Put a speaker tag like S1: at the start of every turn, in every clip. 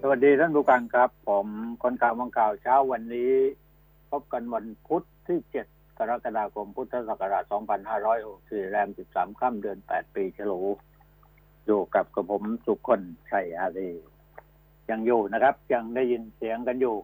S1: วัสดีท่านผู้ฟังครับผมคนข่าวมองข่าวเช้าวันนี้พบกันวันพุธที่7กรกฎาคมพุทธศักราช2564แรม13ค่ำเดือน8ปีฉลูอยู่กับผมสุขคนชัยอารียังอยู่นะครับยังได้ยินเสียงกันอยู่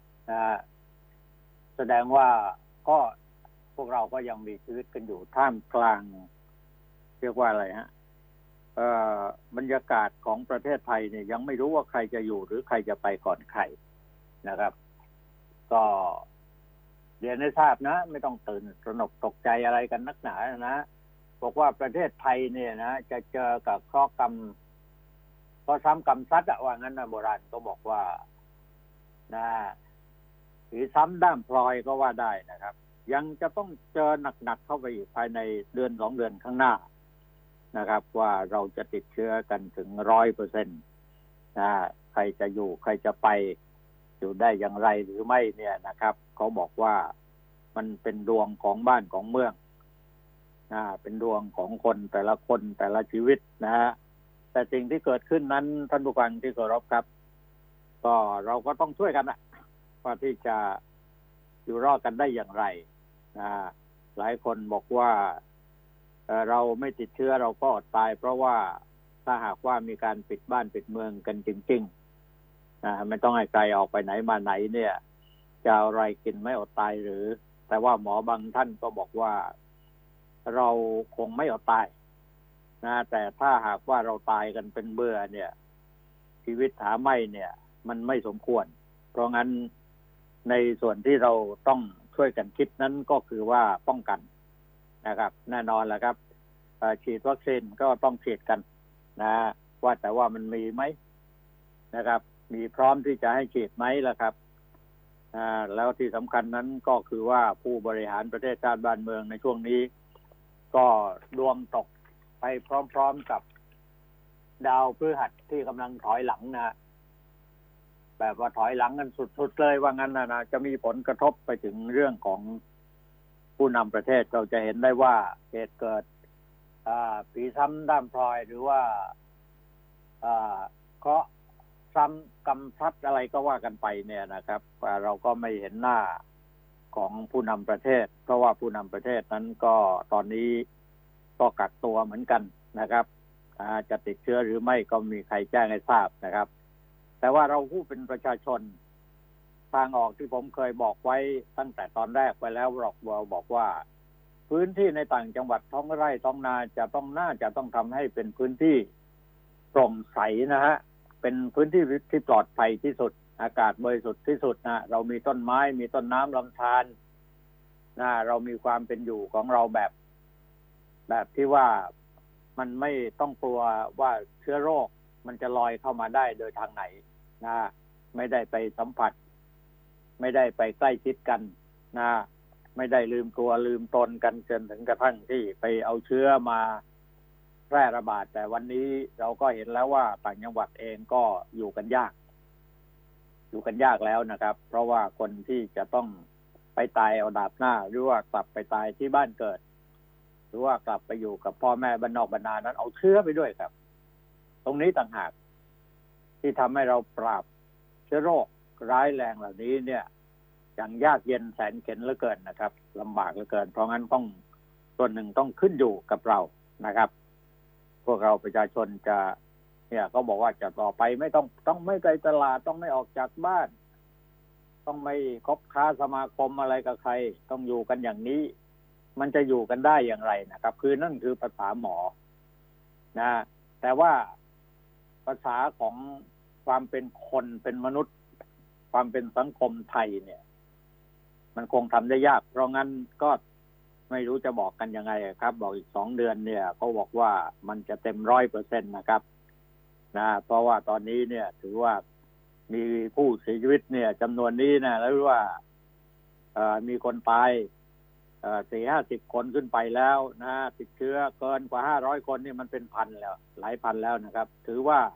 S1: แสดงว่าก็พวกเราก็ยังมีชีวิตกันอยู่ท่ามกลางเรียกว่าอะไรฮะบรรยากาศของประเทศไทยเนี่ยยังไม่รู้ว่าใครจะอยู่หรือใครจะไปก่อนใครนะครับก็เรียนให้ทราบนะไม่ต้องตื่นตระหนกตกใจอะไรกันนักหนานะบอกว่าประเทศไทยเนี่ยนะจะเจอกับข้อกรรมก็ซ้ำกรรมซัดว่างั้นนะโบราณก็บอกว่านะหรือซ้ำด้ามพลอยก็ว่าได้นะครับยังจะต้องเจอหนักๆเข้าไปอีกภายในเดือน2เดือนข้างหน้านะครับว่าเราจะติดเชื้อกันถึง 100% นะใครจะอยู่ใครจะไปอยู่ได้อย่างไรหรือไม่เนี่ยนะครับเขาบอกว่ามันเป็นดวงของบ้านของเมืองเป็นดวงของคนแต่ละคนแต่ละชีวิตนะฮะแต่สิ่งที่เกิดขึ้นนั้นท่านผู้ฟังที่เคารพครับก็เราก็ต้องช่วยกันนะว่าที่จะอยู่รอดกันได้อย่างไรหลายคนบอกว่าเราไม่ติดเชื้อเราก็อดตายเพราะว่าถ้าหากว่ามีการปิดบ้านปิดเมืองกันจริงๆไม่ต้องให้ใครออกไปไหนมาไหนเนี่ยจะอะไรกินไม่อดตายหรือแต่ว่าหมอบางท่านก็บอกว่าเราคงไม่อดตายแต่ถ้าหากว่าเราตายกันเป็นเบื่อเนี่ยชีวิตหาไม่เนี่ยมันไม่สมควรเพราะงั้นในส่วนที่เราต้องช่วยกันคิดนั้นก็คือว่าป้องกันนะครับแน่นอนแหละครับฉีดวัคซีนก็ต้องฉีดกันนะว่าแต่ว่ามันมีไหมนะครับมีพร้อมที่จะให้ฉีดไหมล่ะครับแล้วที่สำคัญนั้นก็คือว่าผู้บริหารประเทศชาติบ้านเมืองในช่วงนี้ก็ดวงตกไปพร้อมๆกับดาวพฤหัสที่กำลังถอยหลังนะแบบว่าถอยหลังกันสุดๆเลยว่างั้นนะจะมีผลกระทบไปถึงเรื่องของผู้นำประเทศเราจะเห็นได้ว่าเหตุเกิดผีซ้ำด้ามพลอยหรือว่าเคราะห์ซ้ำกรรมซัดอะไรก็ว่ากันไปเนี่ยนะครับเราก็ไม่เห็นหน้าของผู้นำประเทศเพราะว่าผู้นำประเทศนั้นก็ตอนนี้ก็กักตัวเหมือนกันนะครับจะติดเชื้อหรือไม่ก็มีใครแจ้งให้ทราบนะครับแต่ว่าเราผู้เป็นประชาชนทางออกที่ผมเคยบอกไว้ตั้งแต่ตอนแรกไปแล้วเราบอกว่าพื้นที่ในต่างจังหวัดท้องไร่ท้องนาจะต้องทำให้เป็นพื้นที่โปร่งใสนะฮะเป็นพื้นที่ที่ปลอดภัยที่สุดอากาศบริสุทธิ์ที่สุดนะเรามีต้นไม้มีต้นน้ำลำธารเรามีความเป็นอยู่ของเราแบบที่ว่ามันไม่ต้องกลัวว่าเชื้อโรคมันจะลอยเข้ามาได้โดยทางไหนไม่ได้ไปสัมผัสไม่ได้ไปใกล้ชิดกันไม่ได้ลืมตัวลืมตนกันจนถึงกระทั่งที่ไปเอาเชื้อมาแพร่ระบาดแต่วันนี้เราก็เห็นแล้วว่าต่างจังหวัดเองก็อยู่กันยากแล้วนะครับเพราะว่าคนที่จะต้องไปตายเอาดาบหน้าหรือว่ากลับไปตายที่บ้านเกิดหรือว่ากลับไปอยู่กับพ่อแม่บ้านนอกบ้านนานั้นเอาเชื้อไปด้วยครับตรงนี้ต่างหากที่ทำให้เราปราบเชื้อโรคร้ายแรงเหล่านี้เนี่ยอย่างยากเย็นแสนเข็ญเหลือเกินนะครับลำบากเหลือเกินเพราะงั้นต้องส่วนหนึ่งต้องขึ้นอยู่กับเรานะครับพวกเราประชาชนจะเนี่ยเขาบอกว่าจะต่อไปไม่ต้องไม่ไปตลาดต้องไม่ออกจากบ้านต้องไม่คบค้าสมาคมอะไรกับใครต้องอยู่กันอย่างนี้มันจะอยู่กันได้อย่างไรนะครับคือนั่นคือภาษาหมอนะแต่ว่าภาษาของความเป็นคนเป็นมนุษย์ความเป็นสังคมไทยเนี่ยมันคงทำได้ยากเพราะงั้นก็ไม่รู้จะบอกกันยังไงครับบอกอีก2เดือนเนี่ยเขาบอกว่ามันจะเต็ม 100% นะครับเพราะว่าตอนนี้เนี่ยถือว่ามีผู้เสียชีวิตเนี่ยจำนวนนี้นะแล้วว่ามีคนตาย40-50 คนขึ้นไปแล้วนะติดเชื้อเกินกว่า500คนนี่มันเป็นพันแล้วหลายพันแล้วนะครับถือว่า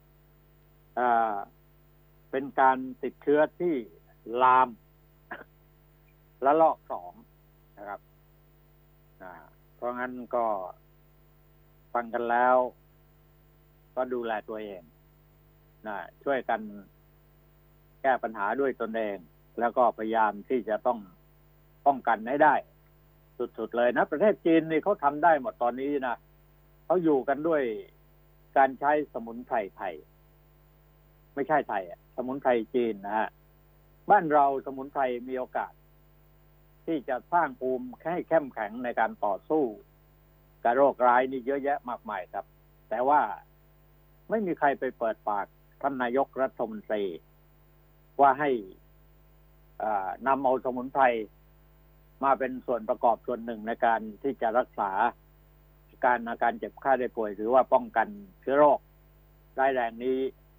S1: เป็นการติดเชื้อที่ลามและลอก2นะครับเพราะงั้นก็ฟังกันแล้วก็ดูแลตัวเองนะช่วยกันแก้ปัญหาด้วยตนเองแล้วก็พยายามที่จะต้องป้องกันให้ได้สุดๆเลยนะประเทศจีนนี่เขาทำได้หมดตอนนี้นะเขาอยู่กันด้วยการใช้สมุนไพรไทยไม่ใช่ไทยสมุนไพรจีนนะฮะบ้านเราสมุนไพรมีโอกาสที่จะสร้างภูมิให้เข้มแข็งในการต่อสู้กับโรคร้ายนี่เยอะแยะมากมายครับแต่ว่าไม่มีใครไปเปิดปากท่านนายกรัฐมนตรีว่าให้นำเอาสมุนไพรมาเป็นส่วนประกอบส่วนหนึ่งในการที่จะรักษาอาการเจ็บไข้ได้ป่วยหรือว่าป้องกันเชื้อโรคร้ายแรงนี้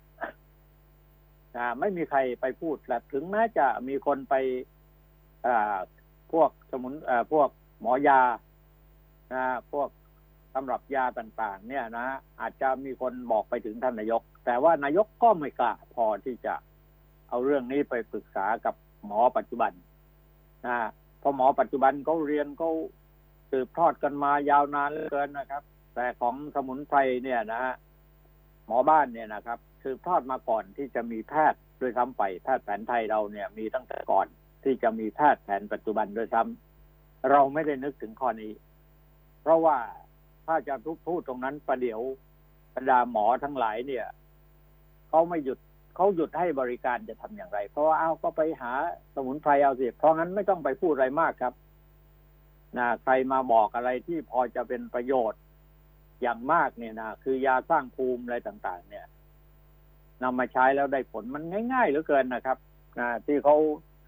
S1: ไม่มีใครไปพูดและถึงแม้จะมีคนไปพวกพวกหมอยาพวกตำรับยาต่างๆเนี่ยนะอาจจะมีคนบอกไปถึงท่านนายกแต่ว่านายกก็ไม่กล้าพอที่จะเอาเรื่องนี้ไปปรึกษากับหมอปัจจุบันเพราะหมอปัจจุบันเขาเรียนเขาสืบทอดกันมายาวนานเหลือเกินนะครับแต่ของสมุนไพรเนี่ยนะหมอบ้านเนี่ยนะครับสืบทอดมาก่อนที่จะมีแพทย์โดยซ้ำไปแพทย์แผนไทยเราเนี่ยมีตั้งแต่ก่อนที่จะมีแพทย์แผนปัจจุบันโดยซ้ำเราไม่ได้นึกถึงข้อนี้เพราะว่าถ้าจะพูดตรงนั้นประเดี๋ยวบรรดาหมอทั้งหลายเนี่ยเขาหยุดให้บริการจะทำอย่างไรเพราะว่าก็ไปหาสมุนไพรเอาสิเพราะงั้นไม่ต้องไปพูดอะไรมากครับใครมาบอกอะไรที่พอจะเป็นประโยชน์อย่างมากเนี่ยนะคือยาสร้างภูมิอะไรต่างๆเนี่ยนำมาใช้แล้วได้ผลมันง่ายๆเหลือเกินนะครับที่เขา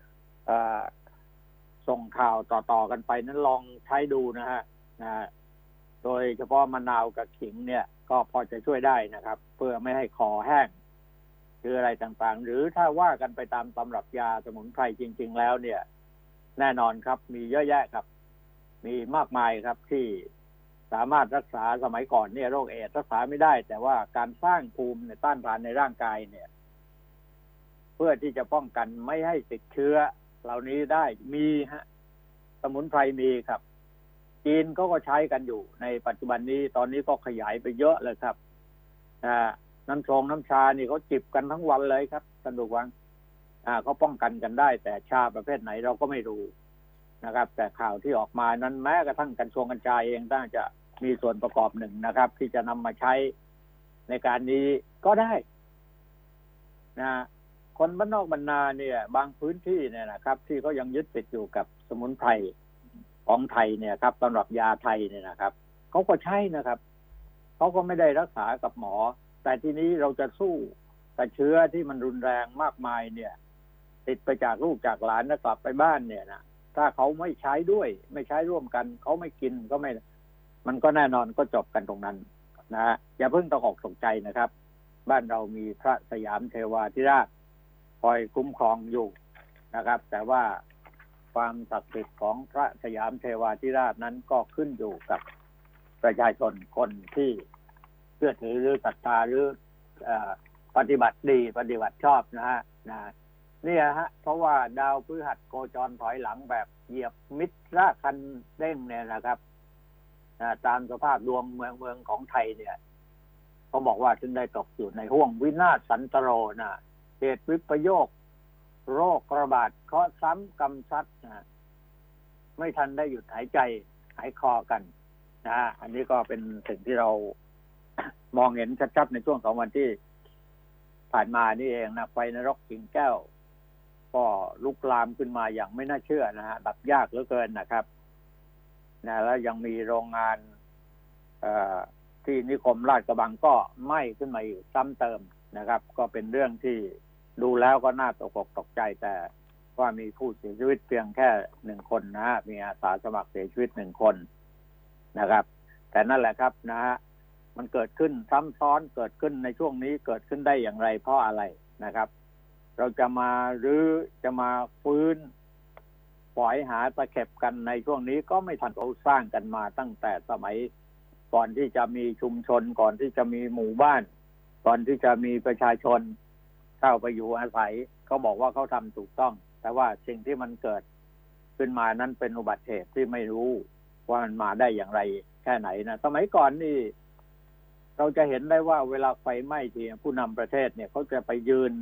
S1: ส่งข่าวต่อๆกันไปนั้นลองใช้ดูนะฮะโดยเฉพาะมะนาวกับขิงเนี่ยก็พอจะช่วยได้นะครับเพื่อไม่ให้คอแห้งคืออะไรต่างๆหรือถ้าว่ากันไปตามตำรับยาสมุนไพรจริงๆแล้วเนี่ยแน่นอนครับมีเยอะแยะครับมีมากมายครับที่สามารถรักษาสมัยก่อนเนี่ยโรคเอดส์รักษาไม่ได้แต่ว่าการสร้างภูมิต้านทานในร่างกายเนี่ยเพื่อที่จะป้องกันไม่ให้ติดเชื้อเหล่านี้ได้มีสมุนไพรมีครับจีนก็ใช้กันอยู่ในปัจจุบันนี้ตอนนี้ก็ขยายไปเยอะเลยครับน้ำชานี่เขาจิบกันทั้งวันเลยครับท่านผู้ฟังเขาป้องกันกันได้แต่ชาประเภทไหนเราก็ไม่รู้นะครับแต่ข่าวที่ออกมานั้นแม้กระทั่งกัญชาเองน่าจะมีส่วนประกอบหนึ่งนะครับที่จะนำมาใช้ในการนี้ก็ได้คนบ้านนอกบ้านนาเนี่ยบางพื้นที่เนี่ยนะครับที่เขายังยึดติดอยู่กับสมุนไพรของไทยเนี่ยครับสำหรับยาไทยเนี่ยนะครับเขาก็ใช้นะครับเขาก็ไม่ได้รักษากับหมอแต่ทีนี้เราจะสู้กับเชื้อที่มันรุนแรงมากมายเนี่ยติดไปจากลูกจากหลานแล้วกลับไปบ้านเนี่ยนะถ้าเขาไม่ใช้ด้วยไม่ใช้ร่วมกันเขาไม่กินก็ไม่มันก็แน่นอนก็จบกันตรงนั้นอย่าเพิ่งตกใจนะครับบ้านเรามีพระสยามเทวาธิราชคอยคุ้มครองอยู่นะครับแต่ว่าความศักดิ์สิทธิ์ของพระสยามเทวาธิราชนั้นก็ขึ้นอยู่กับประชาชนคนที่เชื่อถือหรือศรัทธาหรือปฏิบัติดีปฏิบัติชอบนี่เพราะว่าดาวพฤหัสโคจรถอยหลังแบบเหยียบมิตรคันเด้งเนี่ยนะครับตามสภาพดวงเมืองของไทยเนี่ยเขาบอกว่าจึงได้ตกอยู่ในห่วงวินาศสันตโรเหตุวิปโยคโรคระบาดเคราะห์ซ้ำกำซัดไม่ทันได้หยุดหายใจหายคอกันอันนี้ก็เป็นสิ่งที่เรามองเห็นชัดๆในช่วง2 วันที่ผ่านมานี่เองไฟนรกกิ่งแก้วก็ลุกลามขึ้นมาอย่างไม่น่าเชื่อดับยากเหลือเกินนะครับแล้วยังมีโรงงานที่นิคมลาดกระบังก็ไหม้ขึ้นมาอีกซ้ำเติมนะครับก็เป็นเรื่องที่ดูแล้วก็น่าตกอกตกใจแต่ว่ามีผู้เสียชีวิตเพียงแค่1 คนมีอาสาสมัครเสียชีวิต1 คนนะครับแต่นั่นแหละครับมันเกิดขึ้นซ้ำซ้อนเกิดขึ้นในช่วงนี้เกิดขึ้นได้อย่างไรเพราะอะไรนะครับเราจะมาจะมาฟื้นปล่อยหาตะเข็บกันในช่วงนี้ก็ไม่ทันเขาสร้างกันมาตั้งแต่สมัยก่อนที่จะมีชุมชนก่อนที่จะมีหมู่บ้านก่อนที่จะมีประชาชนเข้าไปอยู่อาศัยเขาบอกว่าเขาทำถูกต้องแต่ว่าสิ่งที่มันเกิดขึ้นมานั้นเป็นอุบัติเหตุที่ไม่รู้ว่ามันมาได้อย่างไรแค่ไหนสมัยก่อนนี่เราจะเห็นได้ว่าเวลาไฟไหม้ทีผู้นำประเทศเนี่ยเขาจะไปยืน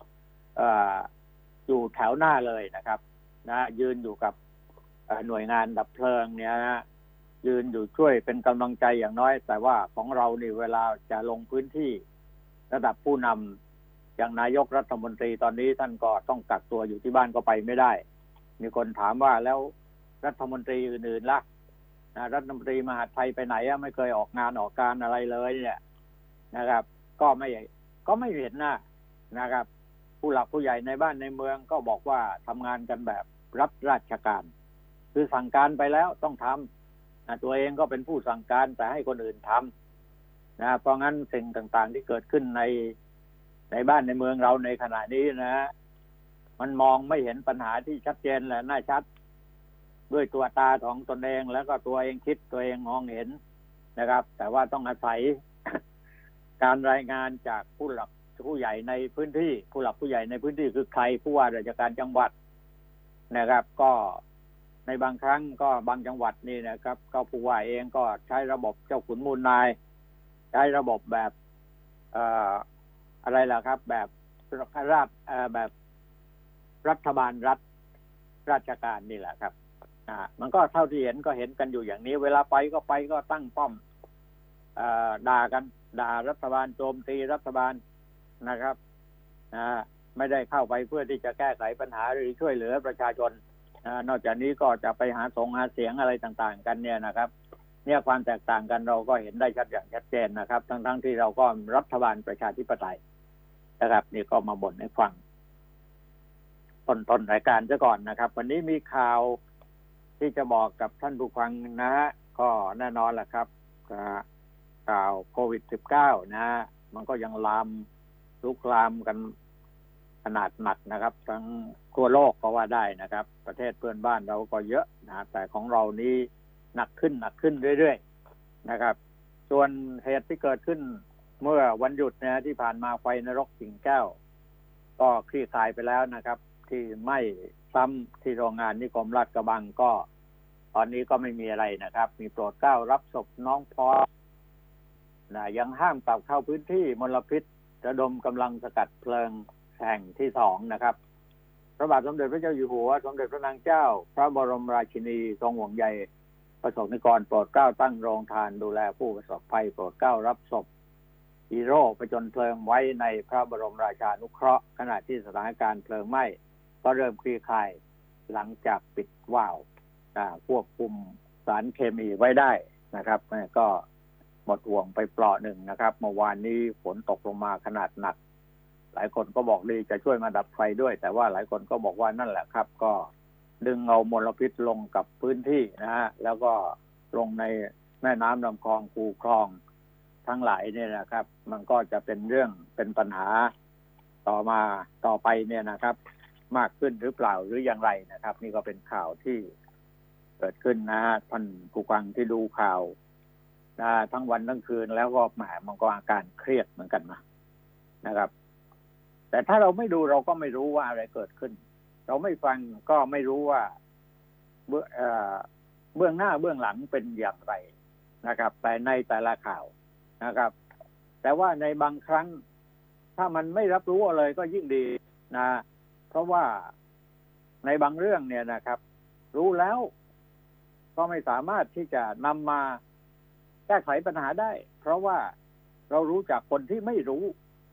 S1: อยู่แถวหน้าเลยนะครับนะยืนอยู่กับหน่วยงานดับเพลิงเนี่ยนะยืนอยู่ช่วยเป็นกำลังใจอย่างน้อยแต่ว่าของเรานี่เวลาจะลงพื้นที่ระดับผู้นำอย่างนายกรัฐมนตรีตอนนี้ท่านก็ต้องกักตัวอยู่ที่บ้านก็ไปไม่ได้มีคนถามว่าแล้วรัฐมนตรีอื่นๆล่ะรัฐมนตรีมหาดไทยไปไหนไม่เคยออกงานออกการอะไรเลยเนี่ยนะครับก็ไม่เห็นนะครับผู้หลักผู้ใหญ่ในบ้านในเมืองก็บอกว่าทำงานกันแบบรับราชการคือสั่งการไปแล้วต้องทำตัวเองก็เป็นผู้สั่งการแต่ให้คนอื่นทำเพราะงั้นสิ่งต่างๆที่เกิดขึ้นในบ้านในเมืองเราในขณะนี้มันมองไม่เห็นปัญหาที่ชัดเจนและน่าชัดด้วยตัวตาของตนเองแล้วก็ตัวเองคิดตัวเองมองเห็นนะครับแต่ว่าต้องอาศัย การรายงานจากผู้หลักผู้ใหญ่ในพื้นที่ผู้หลักผู้ใหญ่ในพื้นที่คือใครผู้ว่าราชการจังหวัดนะครับก็ในบางครั้งก็บางจังหวัดนี่นะครับก็ผู้ว่าเองก็ใช้ระบบเจ้าขุนมูลนายใช้ระบบแบบอะไรล่ะครับแบบแบบรัฐบาลรัฐราชการนี่แหละครับมันก็เท่าที่เห็นก็เห็นกันอยู่อย่างนี้เวลาไปก็ตั้งป้อมด่ากันด่ารัฐบาลโจมตีรัฐบาลนะครับไม่ได้เข้าไปเพื่อที่จะแก้ไขปัญหาหรือช่วยเหลือประชาชนนอกจากนี้ก็จะไปหาเสียงอะไรต่างๆกันเนี่ยนะครับเนี่ยความแตกต่างกันเราก็เห็นได้ชัดเจนนะครับทั้งที่เราก็รัฐบาลประชาธิปไตยนะครับนี่ก็มาบ่นให้ฟังต้นรายการซะก่อนนะครับวันนี้มีข่าวที่จะบอกกับท่านผู้ฟังนะฮะก็แน่นอนแหละครับข่าวโควิด -19 นะมันก็ยังลุกลามกันขนาดหนักนะครับทั้งทั่วโลกก็ว่าได้นะครับประเทศเพื่อนบ้านเราก็เยอะนะแต่ของเรานี้หนักขึ้นเรื่อยๆนะครับส่วนเหตุที่เกิดขึ้นเมื่อวันหยุดที่ผ่านมาไฟนรกกิ่งแก้วก็คลี่คลายไปแล้วนะครับที่ไหม้ซ้ำที่โรงงานนิคมลาดกระบังก็ตอนนี้ก็ไม่มีอะไรนะครับมีโปรดเกล้ารับศพน้องพอยังห้ามกลับเข้าพื้นที่มลพิษระดมกำลังสกัดเพลิงแห่งที่2นะครับพระบาทสมเด็จพระเจ้าอยู่หัวสมเด็จพระนางเจ้าพระบรมราชินีทรงห่วงใยประสบนิกรโปรดเกล้าตั้งโรงทานดูแลผู้ประสบภัยโปรดเกล้ารับศพฮีโร่ผจญเพลิงไว้ในพระบรมราชานุเคราะห์ขณะที่สถานการณ์เพลิงไหม้ก็เริ่มคลี่คลายหลังจากปิดวาล์วควบคุมสารเคมีไว้ได้นะครับก็หมดห่วงไปเปราะหนึ่งนะครับเมื่อวานนี้ฝนตกลงมาขนาดหนักหลายคนก็บอกดีจะช่วยมาดับไฟด้วยแต่ว่าหลายคนก็บอกว่านั่นแหละครับก็ดึงเอามลพิษลงกับพื้นที่นะฮะแล้วก็ลงในแม่น้ำลำคลองคูคลองทั้งหลายเนี่ยนะครับมันก็จะเป็นปัญหาต่อไปเนี่ยนะครับมากขึ้นหรือเปล่าหรืออย่างไรนะครับนี่ก็เป็นข่าวที่เกิดขึ้นนะท่านผู้ฟังที่ดูข่าวทั้งวันทั้งคืนแล้วก็แหมมันก็อาการเครียดเหมือนกันนะครับแต่ถ้าเราไม่ดูเราก็ไม่รู้ว่าอะไรเกิดขึ้นเราไม่ฟังก็ไม่รู้ว่าเบื้องหน้าเบื้องหลังเป็นอย่างไรนะครับแต่ในแต่ละข่าวนะครับแต่ว่าในบางครั้งถ้ามันไม่รับรู้อะไรก็ยิ่งดีนะเพราะว่าในบางเรื่องเนี่ยนะครับรู้แล้วก็ไม่สามารถที่จะนำมาแก้ไขปัญหาได้เพราะว่าเรารู้จักคนที่ไม่รู้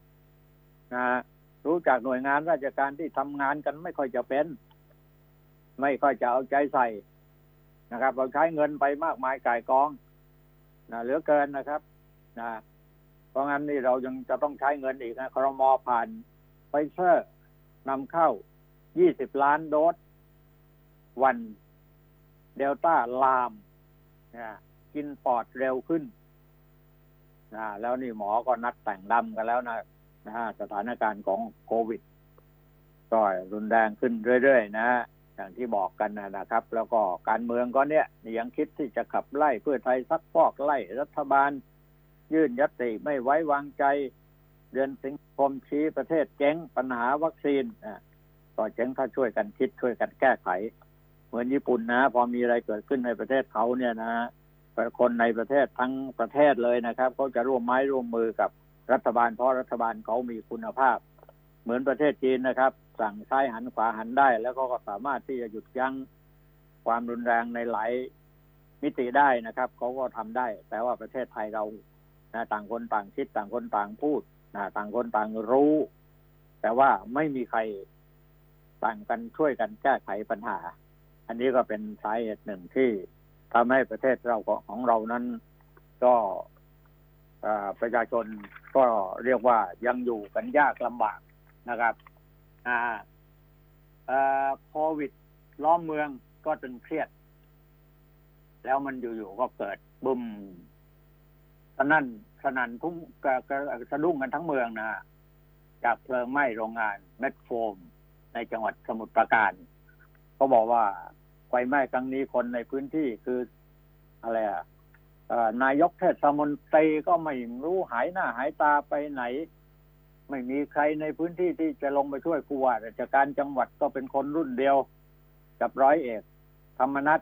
S1: รู้จักหน่วยงานราชการที่ทำงานกันไม่ค่อยจะเป็นไม่ค่อยจะเอาใจใส่นะครับเราใช้เงินไปมากมายก่ายกองเหลือเกินนะครับเพราะงั้นนี่เรายังจะต้องใช้เงินอีกครม.ผ่านไฟเซอร์นำเข้า20 ล้านโดสวันเดลต้าลามกินปอดเร็วขึ้นแล้วนี่หมอก็นัดแต่งดำกันแล้วนะสถานการณ์ของโควิดก็รุนแรงขึ้นเรื่อยๆอย่างที่บอกกันนะครับแล้วก็การเมืองก็เนี่ยยังคิดที่จะขับไล่เพื่อไทยซักฟอกไล่รัฐบาลยื่นญัตติไม่ไว้วางใจเดือนสิงหาคมชี้ประเทศเจ๊งปัญหาวัคซีนก็เจ๊งถ้าช่วยกันคิดช่วยกันแก้ไขเหมือนญี่ปุ่นพอมีอะไรเกิดขึ้นในประเทศเขาเนี่ยคนในประเทศทั้งประเทศเลยนะครับเขาจะร่วมไม้ร่วมมือกับรัฐบาลเพราะรัฐบาลเขามีคุณภาพเหมือนประเทศจีนนะครับสั่งซ้ายหันขวาหันได้แล้วก็สามารถที่จะหยุดยั้งความรุนแรงในหลายมิติได้นะครับเขาก็ทำได้แต่ว่าประเทศไทยเราต่างคนต่างคิดต่างคนต่างพูดต่างคนต่างรู้แต่ว่าไม่มีใครต่างกันช่วยกันแก้ไขปัญหาอันนี้ก็เป็นสาเหตุหนึ่งที่ทำให้ประเทศเราของเรานั้นก็ประชาชนก็เรียกว่ายังอยู่กันยากลำบากนะครับโควิดล้อมเมืองก็ตึงเครียดแล้วมันอยู่ๆก็เกิดบึ้มสนั่นทุ่งสะดุ้งกันทั้งเมืองนะจากเพลิงไหม้โรงงานเม็ดโฟมในจังหวัดสมุทรปราการเขาบอกว่าไฟไหม้ครั้งนี้คนในพื้นที่คืออะไรนายกเทศมนตรีก็ไม่รู้หายหน้าหายตาไปไหนไม่มีใครในพื้นที่ที่จะลงไปช่วยผู้ว่าราชการจังหวัดก็เป็นคนรุ่นเดียวกับร้อยเอกธรรมนัส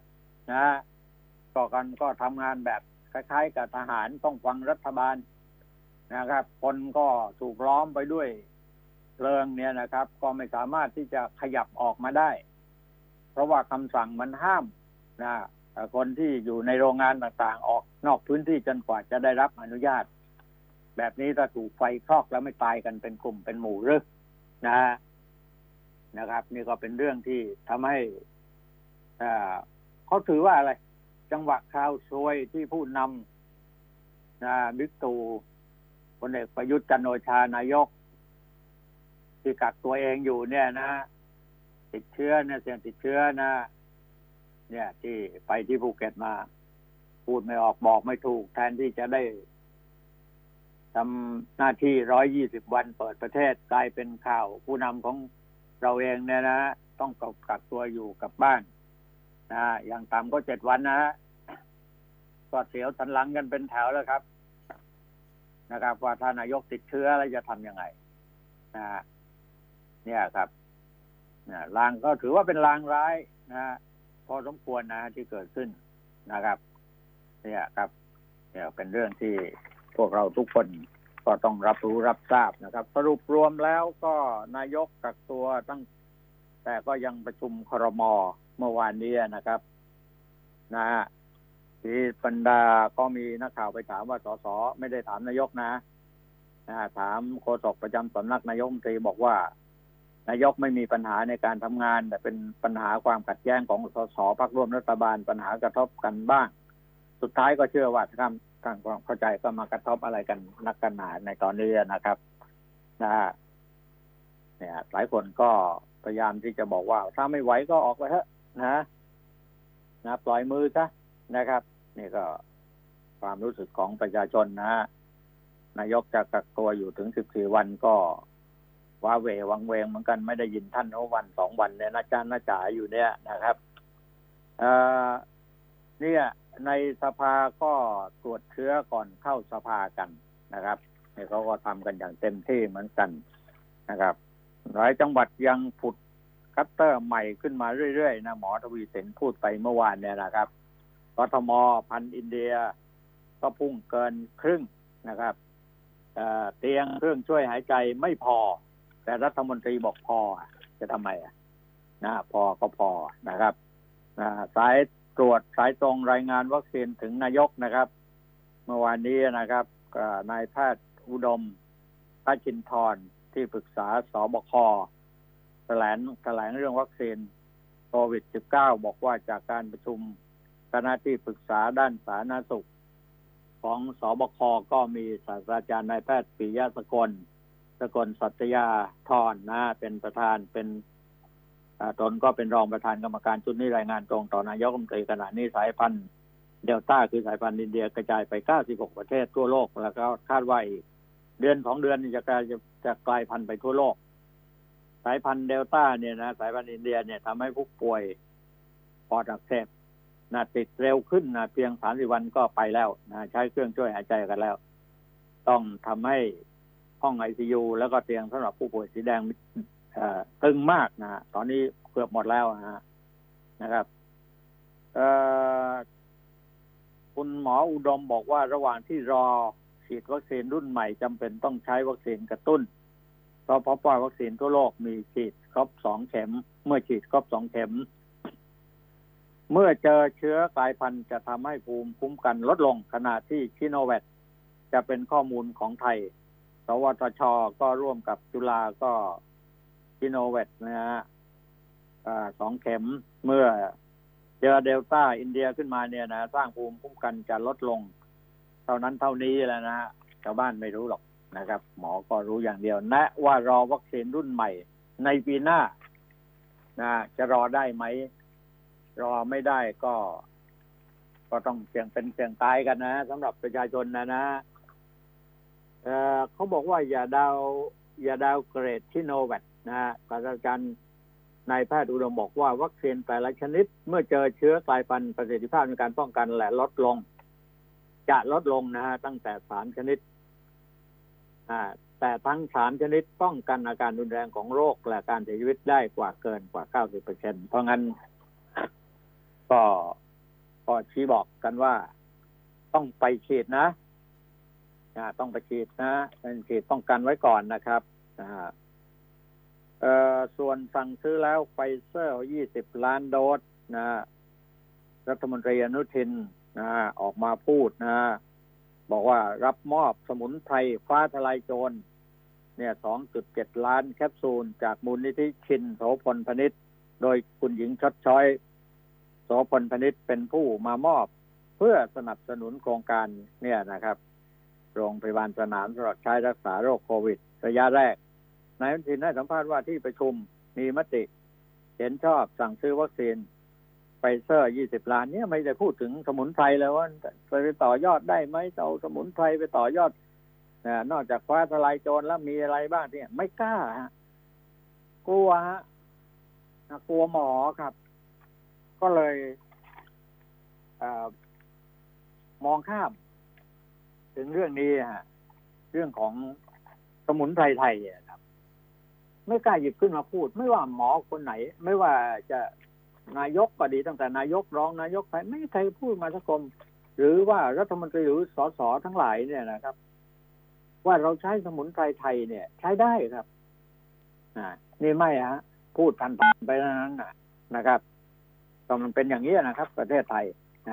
S1: ก็ทำงานแบบคล้ายๆกับทหารต้องฟังรัฐบาลนะครับคนก็ถูกล้อมไปด้วยเพลิงเนี่ยนะครับก็ไม่สามารถที่จะขยับออกมาได้เพราะว่าคำสั่งมันห้ามคนที่อยู่ในโรงงานต่างๆออกนอกพื้นที่จนกว่าจะได้รับอนุญาตแบบนี้ถ้าถูกไฟคลอกแล้วไม่ตายกันเป็นกลุ่มเป็นหมู่หรือนะครับนี่ก็เป็นเรื่องที่ทำให้เขาถือว่าอะไรจังหวะคราวซวยที่ผู้นำบิ๊กตู่พลเอกประยุทธ์จันทร์โอชานายกที่กักตัวเองอยู่เนี่ยนะติดเชื้อเนี่ยเสี่ยงติดเชื้อนะเนี่ยที่ไปที่ภูเก็ตมาพูดไม่ออกบอกไม่ถูกแทนที่จะได้ทำหน้าที่120 วันเปิดประเทศกลายเป็นข่าวผู้นำของเราเองเนี่ยนะต้องกักตัวอยู่กับบ้านอย่างต่ำก็7 วันนะก็เสียวสันหลังกันเป็นแถวแล้วครับนะครับว่าถ้านายกติดเชื้อแล้วจะทำยังไงเนี่ยครับลางก็ถือว่าเป็นลางร้ายพอสมควรที่เกิดขึ้นนะครับเนี่ยครับเนี่ยเป็นเรื่องที่พวกเราทุกคนก็ต้องรับรู้รับทราบนะครับสรุปรวมแล้วก็นายกกักตัวแต่ก็ยังประชุมครม.เมื่อวานนี้นะครับที่บรรดาก็มีนักข่าวไปถามว่าสสไม่ได้ถามนายกถามโฆษกประจำสำนักนายกรัฐมนตรีบอกว่านายกไม่มีปัญหาในการทำงานแต่เป็นปัญหาความขัดแย้งของสสพรรคร่วมรัฐบาลปัญหากระทบกันบ้างสุดท้ายก็เชื่อว่าท่านความเข้าใจก็มากระทบอะไรกันนักกันหนาในตอนนี้นะครับเนี่ยหลายคนก็พยายามที่จะบอกว่าถ้าไม่ไหวก็ออกไปเถอะปล่อยมือซะนะครับนี่ก็ความรู้สึกของประชาชนนายกจะกักตัวอยู่ถึง14 วันก็ว้าเหววังเวงเหมือนกันไม่ได้ยินท่านวัน2 วันเนี่ยน่าจ๋าอยู่เนี่ยนะครับเนี่ยในสภาก็ตรวจเชื้อก่อนเข้าสภากันนะครับนี่เขาก็ทำกันอย่างเต็มที่เหมือนกันนะครับหลายจังหวัดยังผุดคัตเตอร์ใหม่ขึ้นมาเรื่อยๆหมอทวีสินพูดไปเมื่อวานเนี่ยนะครับกทม.พันธุ์อินเดียก็พุ่งเกินครึ่งนะครับเตียงเครื่องช่วยหายใจไม่พอแต่รัฐมนตรีบอกพอจะทำไมพอก็พอนะครับสายตรวจสายตรงรายงานวัคซีนถึงนายกนะครับเมื่อวานนี้นะครับนายแพทย์อุดมราชินทร์ที่ปรึกษาสบคแถลงเรื่องวัคซีนโควิด -19 บอกว่าจากการประชุมคณะที่ปรึกษาด้านสาธารณสุขของสบคก็มีศาสตราจารย์นายแพทย์ปิยะสกลสัตยาธรเป็นประธานเป็นตนก็เป็นรองประธานกรรมการชุดนี้รายงานตรงต่อนายกรัฐมนตรีขณะนี้สายพันธุ์เดลต้าคือสายพันธุ์อินเดียกระจายไป96 ประเทศทั่วโลกแล้วก็คาดว่าอีกเดือน2 เดือนจะกลายพันธุ์ไปทั่วโลกสายพันธุ์เดลต้าเนี่ยสายพันธุ์อินเดียเนี่ยทำให้ผู้ป่วยปอดอักเสบติดเร็วขึ้นเพียง30 วันก็ไปแล้วใช้เครื่องช่วยหายใจกันแล้วต้องทำให้ห้อง ICU แล้วก็เตียงสำหรับผู้ป่วยสีแดงตึงมากตอนนี้เกือบหมดแล้วนะครับคุณหมออุดมบอกว่าระหว่างที่รอฉีดวัคซีนรุ่นใหม่จำเป็นต้องใช้วัคซีนกระตุ้นเพราะว่าวัคซีนทั่วโลกมีฉีดครบ2 เข็มเมื่อฉีดครบ2 เข็มเมื่อเจอเชื้อกลายพันธุ์จะทำให้ภูมิคุ้มกันลดลงขณะที่ชิโนแวคจะเป็นข้อมูลของไทยสวทช.ก็ร่วมกับจุฬาก็ชิโนแวคนะฮะ2 เข็มเมื่อเจอเดลต้าอินเดียขึ้นมาเนี่ยนะสร้างภูมิคุ้มกันจะลดลงเท่านั้นเท่านี้แล้วนะฮะชาวบ้านไม่รู้หรอกนะครับหมอก็รู้อย่างเดียวนะว่ารอวัคซีนรุ่นใหม่ในปีหน้านะจะรอได้ไหมรอไม่ได้ก็ต้องเสี่ยงเป็นเสี่ยงตายกันนะสำหรับประชาชนนะเขาบอกว่าอย่าดาวเกรดชิโนแวคนะศาสตราจารย์นายแพทย์อุดมบอกว่าวัคซีนแต่ละชนิดเมื่อเจอเชื้อกลายพันธุ์ประสิทธิภาพในการป้องกันและลดลงนะฮะตั้งแต่3 ชนิดแต่ทั้ง3 ชนิดป้องกันอาการรุนแรงของโรคและการเสียชีวิตได้เกินกว่า 90% เพราะงั้นก็ชี้บอกกันว่าต้องไปฉีดนะต้องไปฉีดนะฉีดป้องกันไว้ก่อนนะครับส่วนสั่งซื้อแล้วไฟเซอร์20 ล้านโดสนะรัฐมนตรีอนุทินนะออกมาพูดนะบอกว่ารับมอบสมุนไพรฟ้าทลายโจรเนี่ย 2.7 ล้านแคปซูลจากมูลนิธิชินโสพลพนิชโดยคุณหญิงชดช้อยโสพลพนิชเป็นผู้มามอบเพื่อสนับสนุนโครงการเนี่ยนะครับโรงพยาบาลสนามสำหรับใช้รักษาโรคโควิดระยะแรกนายอนุทินได้สัมภาษณ์ว่าที่ประชุมมีมติเห็นชอบสั่งซื้อวัคซีนไฟเซอร์20 ล้านเนี่ยไม่ได้พูดถึงสมุนไพรเลยว่าไปต่อยอดได้ไหมเอาสมุนไพรไปต่อยอดนอกจากฟ้าทลายโจรแล้วมีอะไรบ้างที่ไม่กล้าฮะกลัวหมอครับก็เลยมองข้ามถึงเรื่องนี้ฮะเรื่องของสมุนไพรไทยครับไม่กล้าหยิบขึ้นมาพูดไม่ว่าหมอคนไหนไม่ว่าจะนายกก็ดีตั้งแต่นายกรองนายกใครไม่มีใครพูดมาสักคนหรือว่ารัฐมนตรีหรือสสทั้งหลายเนี่ยนะครับว่าเราใช้สมุนไพรไทยเนี่ยใช้ได้ครับนี่ไม่ฮะพูดผ่านไปนั้นนะครับก็มันเป็นอย่างนี้นะครับประเทศไทย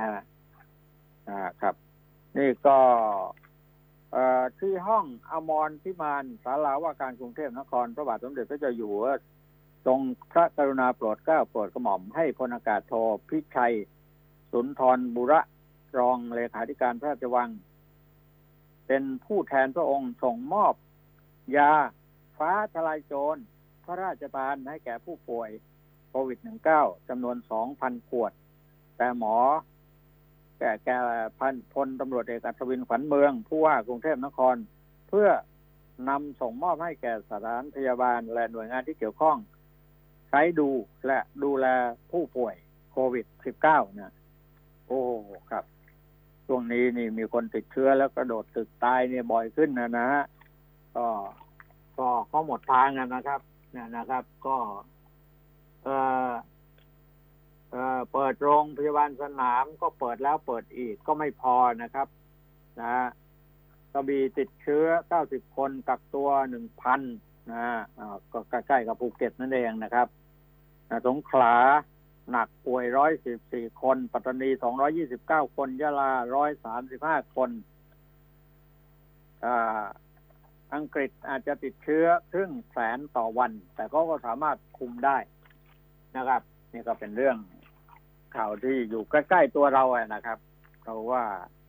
S1: ครับนี่ก็ที่ห้องอมรพิมานศาลาว่าการกรุงเทพนครพระบาทสมเด็จพระเจ้าอยู่หัวทรงพระกรุณาโปรดเกล้าโปรดกระหม่อมให้พลอากาศโทพิชัยสุนทรบุระรองเลขาธิการพระราชวังเป็นผู้แทนพระองค์ส่งมอบยาฟ้าทลายโจรพระราชทานให้แก่ผู้ป่วยโควิด -19 จำนวน 2,000 ขวดแต่หมอแก่พลตำรวจเอกอัศวินขวัญเมืองผู้ว่ากรุงเทพนครเพื่อนำส่งมอบให้แก่สถานพยาบาลและหน่วยงานที่เกี่ยวข้องใช้ดูแลผู้ป่วยโควิด -19 นะโอ้ครับช่วงนี้นี่มีคนติดเชื้อแล้วกระโดดตึกตายเนี่ยบ่อยขึ้นนะฮะก็หมดทางนะครับเนี่ยนะครับก็เปิดโรงพยาบาลสนามก็เปิดแล้วเปิดอีกก็ไม่พอนะครับนะกระบี่ติดเชื้อ90 คนกักตัว 1,000 นะก็ใกล้ๆกับภูเก็ตนั่นเองนะครับสงขลาหนักป่วย114 คนปัตตานี229 คนยะลา135 คนอังกฤษอาจจะติดเชื้อ500,000 ต่อวันแต่ก็สามารถคุมได้นะครับนี่ก็เป็นเรื่องข่าวที่อยู่ใกล้ๆตัวเรานะครับเราว่า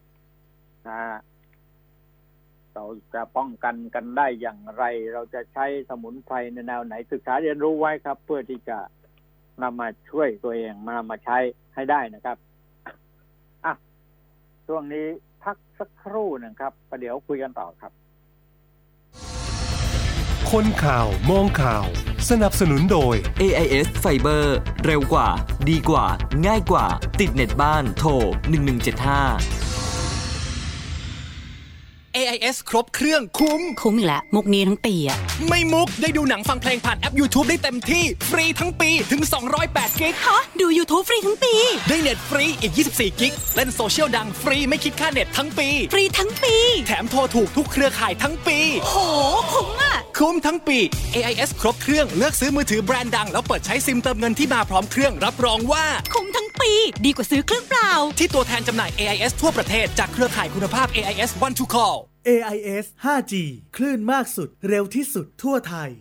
S1: เราจะป้องกันได้อย่างไรเราจะใช้สมุนไพรในแนวไหนศึกษาเรียนรู้ไว้ครับเพื่อที่จะนำมาช่วยตัวเองมาใช้ให้ได้นะครับช่วงนี้พักสักครู่หนึ่งครับประเดี๋ยวคุยกันต่อครับ
S2: คนข่าวมองข่าวสนับสนุนโดย
S3: AIS Fiber เร็วกว่าดีกว่าง่ายกว่าติดเน็ตบ้านโทร1175
S4: AIS ครบเครื่องคุ้ม
S5: อีกแล้วมุกนี้ทั้งปีอะ
S4: ไม่มุกได้ดูหนังฟังเพลงผ่านแอป YouTube ได้เต็มที่ฟรีทั้งปีถึง208กิก
S5: ฮะดู YouTube ฟรีทั้งปี
S4: ได้เน็ตฟรีอีก24กิกเล่นโซเชียลดังฟรีไม่คิดค่าเน็ตทั้งปี
S5: ฟรีทั้งปี
S4: แถมโทรถูกทุกเครือข่ายทั้งปี
S5: โหคุ้มอะ
S4: คุ้มทั้งปี AIS ครบเครื่องเลือกซื้อมือถือแบรนด์ดังแล้วเปิดใช้ซิมเติมเงินที่มาพร้อมเครื่องรับรองว่า
S5: คุ้มทั้งปีดีกว่าซื้อเครื่องเปล่า
S4: ที่ตัวแทนจำหน่าย AIS ทั่วประเทศจากเครือข่ายคุณภาพ AIS One to Call
S6: AIS 5G คลื่นมากสุดเร็วที่สุดทั่วไทย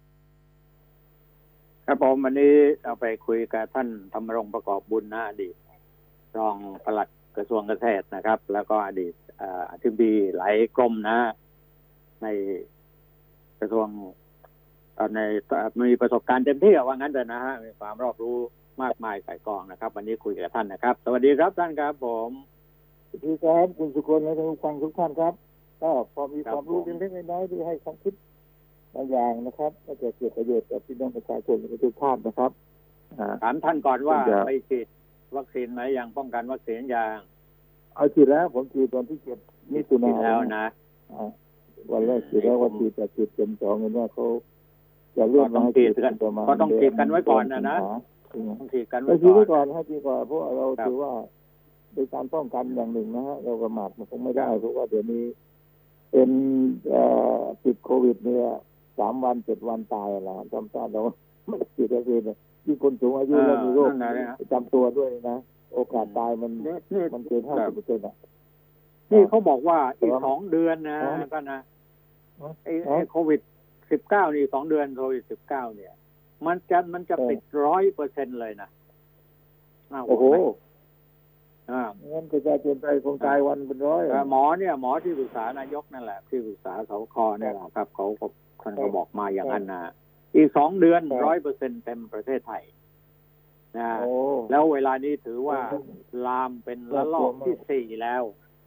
S1: ครับผมวันนี้เราไปคุยกับท่านธรรมรงค์ประกอบบุญนะอดีตรองปลัดกระทรวงเกษตรนะครับแล้วก็อดีตอธิบดีหลายกรมนะในกระทรวงในมีประสบการณ์เต็มที่ว่างั้นเลยนะฮะมีความรอบรู้มากมายก่ายกองนะครับวันนี้คุยกับท่านนะครับสวัสดีครับท่านครับผม
S7: สวัสดีครับคุณสุคนและท่านผู้ฟังทุกท่านครับก็พอมีความรู้เล็กๆน้อยๆที่ให้ความคิดบางอย่างนะครับก็จะเกิดประโยชน์กับพี่น้องประชาชนทุกท่านนะครับ
S1: ถามท่านก่อนว่าไปฉีดวัคซีนไหมยังป้องกันวัคซีนยัง
S7: เอาฉีดแล้วผมฉีดตอนที่7 มิถุนายน
S1: แล้วนะ
S7: วันแรกฉีดแล้ววันที่จะฉีดเข็ม2เห็นว่าเขาจะเลื่อนมาให้ฉีดกันประมาณ
S1: ก็ต้องฉีดกันไว้ก่อนนะต้องฉีดกันไ
S7: ว้ก่อนให้ดีกว่าเพราะเราถือว่าเป็นการป้องกันอย่างหนึ่งนะฮะเราประมาทมันคงไม่ได้เพราะว่าเดี๋ยวนี้เป็นติดโควิดเนี่ย3 วัน 7 วันตายแล้วจำได้เราไม่ฉีดวัคซีนเนี่ยที่คนสูงอายุแล้วมีโรคประจำตัวด้วยนะโอกาสตายมันเกิน 50% อ่ะ
S1: นี่เขาบอกว่าอีก2 เดือนนะก็นะไอ้โควิด19นี่2 เดือนโควิด19เนี่ยมันจะติด 100% เลยนะ
S7: โอ้โหงั้นประชาชนไทยคงตายวันเป็นร้อย
S1: หมอที่ปรึกษานายกนั่นแหละที่ปรึกษาสคเนี่ยแหละครับท่านก็บอกมาอย่างนั้นนะอีก2 เดือน 100% เต็มประเทศไทยนะแล้วเวลานี้ถือว่าลามเป็นระลอกที่4แล้ว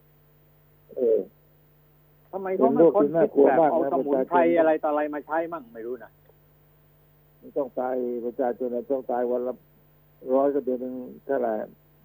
S1: ทำไมเขาไม่คนคิดแบบเอาสมุนไพรอะไรต่ออะไรมาใช้มั่งไม่รู้นะ
S7: ไม่ต้องตายประชาชนต้องตายวันละ100ก็เดือนนึงเท่าไหร่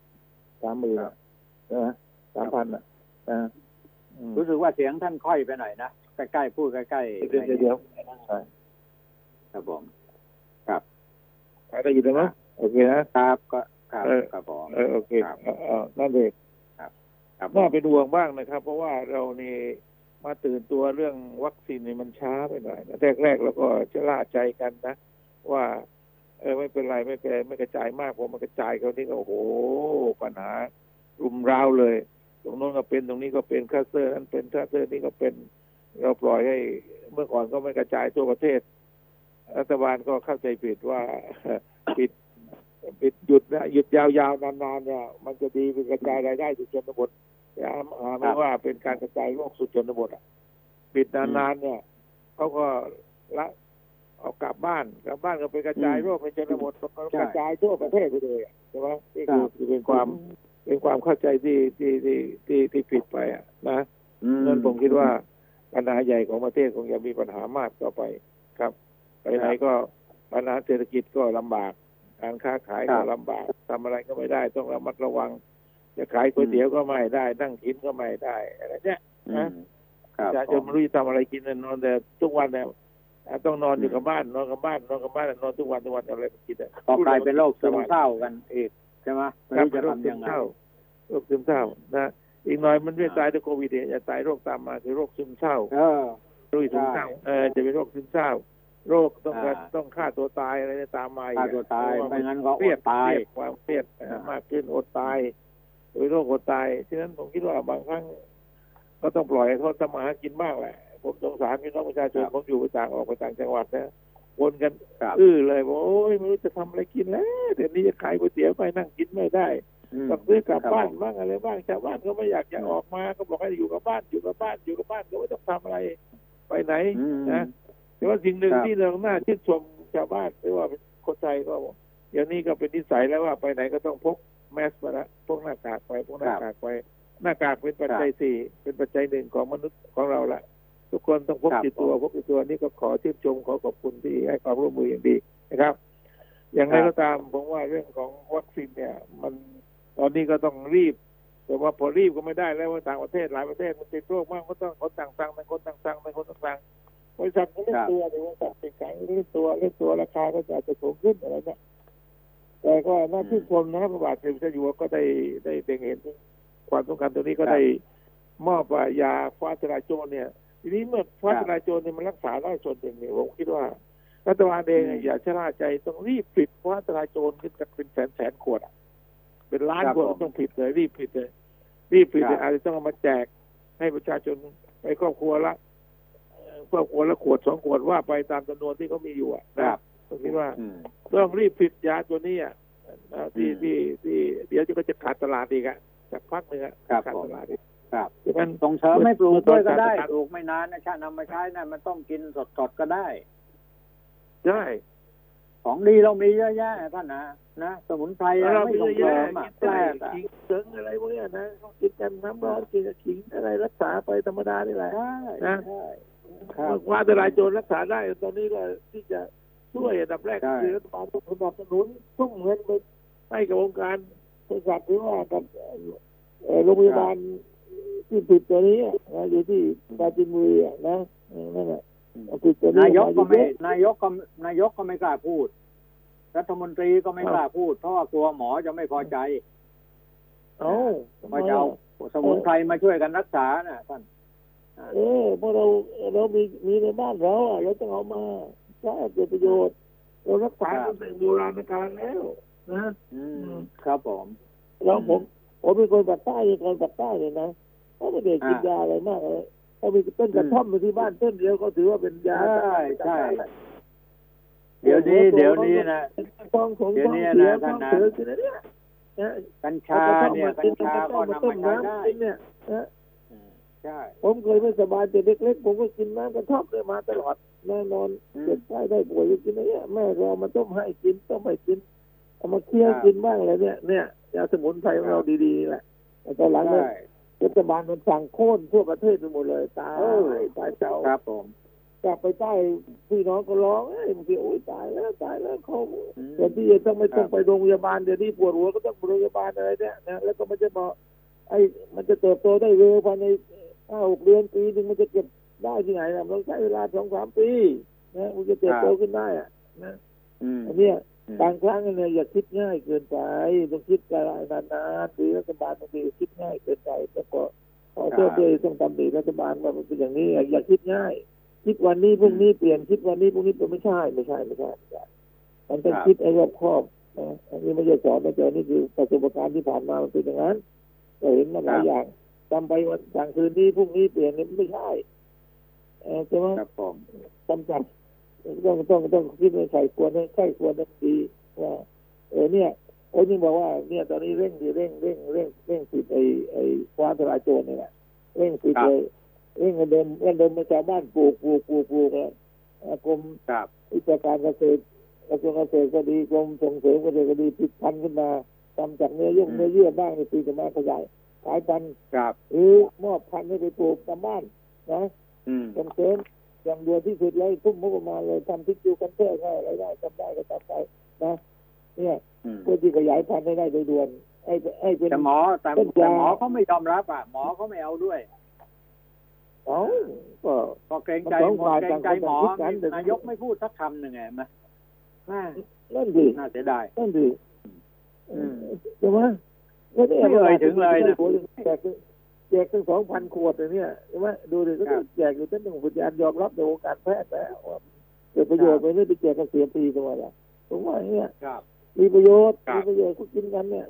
S7: 30,000ใช่ไหม 3,000
S1: รู้สึกว่าเสียงท่านค่อยไปหน่อยนะใกล้ๆพูดใกล้ๆ
S7: เดี๋ยว
S1: ครับผมครับ
S7: ได้ยินไหมโอเค
S1: นะครับก็ครับผม
S7: โอเคนั่นเองน่าเป็นห่วงบ้างนะครับเพราะว่าเรานี่มาตื่นตัวเรื่องวัคซีนนี่มันช้าไปหน่อยแรกๆแล้วก็จะล่าใจกันนะว่าไม่เป็นไรไม่กระจายมากพอมันกระจายเขานี่ก็โอ้โหปัญหารุมร้าวเลยตรงโน้นก็เป็นตรงนี้ก็เป็นคลัสเตอร์นั้นเป็นคลัสเตอร์นี้ก็เป็นเราปล่อยให้เมื่อก่อนก็ไม่กระจายทั่วประเทศรัฐบาลก็เข้าใจผิดว่าปิดหยุดนะหยุดยาวๆนานๆเนี่ยมันจะดีเป็นกระจายรายได้สู่ชนบทไม่ว่าเป็นการกระจายโรคสู่ชนบทปิดนานๆเนี่ยเขาก็ละเอากลับบ้านก็ไปกระจายโรคในชนบทกระจายทั่วประเทศไปเลยใช่ไหมนี่คือเป็นความเข้าใจที่ผิดไปนะนั่นผมคิดว่าปัญหาใหญ่ของประเทศคงจะมีปัญหามากต่อไปครับไปไหนก็ปัญหาเศรษฐกิจก็ลำบากการค้าขายก็ลำบากทำอะไรก็ไม่ได้ต้องระมัดระวังจะขายก๋วยเตี๋ยวก็ไม่ได้นั่งกินก็ไม่ได้อะไรเนี่ยนะจะไม่รู้จะทำอะไรกินนอนแต่ทุกวันเนี่ยต้องนอนอยู่กับบ้านนอนทุกวันอะไรกิน
S1: ก็กลายเป็นโรคซึมเศร้ากันอีกใช่ไหมไม่รู้จะทำยังไง
S7: โรคซึมเศร้านะอีกหน่อยมันไม่ตายด้วยโควิดจะตายโรคตามมาคือโรคซึมเศร้าโรคซึมเศร้าจะเป็นโรคซึมเศร้าโรคต้องฆ่าตัวตายอะไรตามมา
S1: ฆ่าตัวตายไม่งั้นก็อดตาย
S7: ความเครียดมากขึ้นอดตายโดยโรคอดตายฉะนั้นผมคิดว่าบางครั้งก็ต้องปล่อยให้เขาทำมาหากินบ้างแหละผมสงสารพี่น้องประชาชนผมอยู่ต่างออกไปต่างจังหวัดนะวนกันเลยบอกโอ้ยไม่รู้จะทำอะไรกินแล้วเดี๋ยวนี้จะขายก๋วยเตี๋ยวไปนั่งกินไม่ได้ต้องซื้อกลับบ้านบ้างอะไรบ้างชาวบ้านก็ไม่อยากจะออกมาก็บอกให้อยู่กับบ้านก็ไม่ต้องทำอะไรไปไหนนะแต่ว่าสิ่งหนึ่งที่เราน่าชื่นชมชาวบ้านหรือว่าคนไทยก็อย่างนี้ก็เป็นนิสัยแล้วว่าไปไหนก็ต้องพกแมสมาละพกหน้ากากไปหน้ากากเป็นปัจจัย4เป็นปัจจัย1ของมนุษย์ของเราละทุกคนต้องพกติดตัวนี่ก็ขอชื่นชมขอขอบคุณที่ให้ความร่วมมืออย่างดีนะครับอย่างไรก็ตามผมว่าเรื่องของวัคซีนเนี่ยมันตอนนี้ก็ต้องรีบแต่ว่าพอรีบก็ไม่ได้แล้วว่าต่างประเทศหลายประเทศมันติดโรคมากก็ต้องคนต่างสั่งคนต่างสั่งคนต่างสั่งบริษัทก็เล่นตัวหรือบริษัทติดขังเล่นตัวราคาก็จะสูงขึ้นอะไรเนี่ยแต่ก็น่าชื่นชมนะครับพระบาทสมเด็จพระเจ้าอยู่หัวก็ได้เห็นความสำคัญตัวนี้ก็ได้มอบยาฟ้าทลายโจรเนี่ยทีนี้เมื่อฟ้าทลายโจรเนี่ยมันรักษาได้ส่วนหนึ่งเนี่ยผมคิดว่ารัฐบาลเองอย่าชะล่าใจต้องรีบผลิตฟ้าทลายโจรขึ้นจากเป็นแสนขวดเป็นล้านขวดต้องผลิตเลยรีบผลิตเลยอาจจะต้องเอามาแจกให้ประชาชนไปครอบครัวละขวด2 ขวดว่าไปตามจำนวนที่เขามีอยู่นะครับผมคิดว่าต้องรีบผลิตยาตัวนี้ที่เดี๋ยวจะขาดตลาดอีกจากพักนึงขาดตลาดอีก
S1: ครับส่งเสริมไม่ปลูกด้วยก็ได้ปลูกไม่นานนะชาตินำมาใช้นะมันต้องกินสดก็ได้
S7: ใช่
S1: ของดีเรามีเยอะแยะท่านนะสมุนไพรเราไม่ต้องเติมแปลก
S7: ขิงเสริงอะไรพวกนี้นะกินกันน้ำร้อนกินขิงอะไรรักษาไปธรรมดานี่แหละนะว่าแต่รายโจรรักษาได้ตอนนี้ก็ที่จะช่วยอันดับแรกคือรัฐบาลต้องสนับสนุนทุ่มเงินไปให้กับองค์การเภสัชหรือว่ากับโรงพยาบาลที่ผิดตัวนี้อยู่ที่ปราจีนบุรีนะนั่นแหละ
S1: นายกก็ไม่กล้าพูดรัฐมนตรีก็ไม่กล้าพูดเพราะว่ากลัวหมอจะไม่พอใจว่าจะเอาสมุนไพรมาช่วยกันรักษานะท่าน
S7: เพราะเรามีในบ้านเราต้องเอามาใช้เกิดประโยชน์เรารักษาเป็นโบราณกาลแล้ว
S1: นะครับผม
S7: แล้วผมเป็นคนปักใต้เลยนะเขาไม่ได้กินยาอะไรมากเลยเขามีต้นกระท่อมอยู่ที่บ้านต้นเดียวก็ถือว่าเป็นยา
S1: ใช่เดี๋ยวนี้นะเดี๋ยวนี้นะท่านนะกัญชาเนี่ยกัญชาก็นำมาใช้ได้
S7: เนี่ยใช่ผมเคยไม่สบายแต่เล็กๆผมก็กินน้ำกระท่อมได้มาตลอดแน่นอนเจ็บไข้ได้ป่วยกินอะไรแม่เรามาต้มให้กินต้มให้กินเอามาเคี่ยวกินบ้างอะไรเนี่ยยาสมุนไพรของเราดีๆแหละแต่ตอนหลังเนี่ยรัฐบาลมันสั่งโค่นทั่วประเทศไปหมดเลยตายเจ้า
S1: ครับผม
S7: กลับไปใต้พี่น้องก็ร้องบางทีโอ๊ยตายแล้วเขาเดี๋ยวที่จะไม่ต้องไปโรงพยาบาลเดี๋ยวนี้ปวดหัวก็ต้องไปโรงพยาบาลอะไรเนี่ยนะแล้วก็มันจะบอกมันจะเติบโตได้เร็วภายใน5-6 เดือนปีนึงมันจะเก็บได้ที่ไหนนะต้องใช้เวลา 2-3 ปีนะมันจะเติบโตขึ้นได้นะอันนี้บางครั้งเนี่ยอย่าคิดง่ายเกินไปต้องคิดกันนานๆหรือรัฐบาลบางทีคิดง่ายเกินไปแล้วก็ขอโทษด้วยต้องตำหนิรัฐบาลว่ามันเป็นอย่างนี้อย่าคิดง่ายคิดวันนี้พรุ่งนี้เปลี่ยนคิดวันนี้พรุ่งนี้เปลี่ยนไม่ใช่มันต้องคิดให้รอบคอบนะอันนี้ไม่ใช่สอนนะเจ้านี่คือประสบการณ์ที่ผ่านมามันเป็นอย่างนั้นเราเห็นมาหลายอย่างจำไปวันกลางคืนนี้พรุ่งนี้เปลี่ยนนี่ไม่ใช่ใช่ไหมจำจัดต้องคิดในใส่ควรนั้นดีว่าเนี่ยโอ้ยนี่บอกว่าเนี่ยตอนนี้เร่งติดไอ้ฟ้าทลายโจรนี่แหละเร่งติดเลยเร่งเดิมมาชาวบ้านปลูกแล้วกรมวิชาการเกษตรกระทรวงเกษตรก็ดีกรมส่งเสริมเกษตรก็ดีผลิตพันธุ์ขึ้นมาทำจากเนื้อเยื่อบ้างในปีจะมาขยายขายพันธุ์หรือมอบพันธุ์ให้ไปปลูกตามบ้านนะส่งเสริมอย่างเดียวที่สุดเลยทุ่มงบประมาณเลยทำทิศยูกันเตอร์ให้อะไรได้ทำได้ก็ทำไปนะเนี่ยเพื่อที่ขยายพันธุ์ให้ได้โดยด่วนให้เป็น
S1: แต่หมอเขาไม่ยอมรับหมอเขาไม่เอาด้วยก็เกรงใจหมอนายกไม่พูดสักคำหนึ่งไงมั้ย
S7: นั่นดี
S1: น่าเสียดาย
S7: นั่นดีใช่ไหม
S1: ไม่เลยถึงเลยนะ
S7: แจกถึง 2,000 ขวดเลยเนี่ยใช่ไหมดูดิก็แจกอยู่ตั้งหนึ่งพยานยอมรับในวงการแพทย์แล้วว่าเกิดประโยชน์ไปไม่ไปแจกกันเสียฟรีตัวละผมว่าอย่างเงี้ยมีประโยชน์ก็กินกันเนี่ย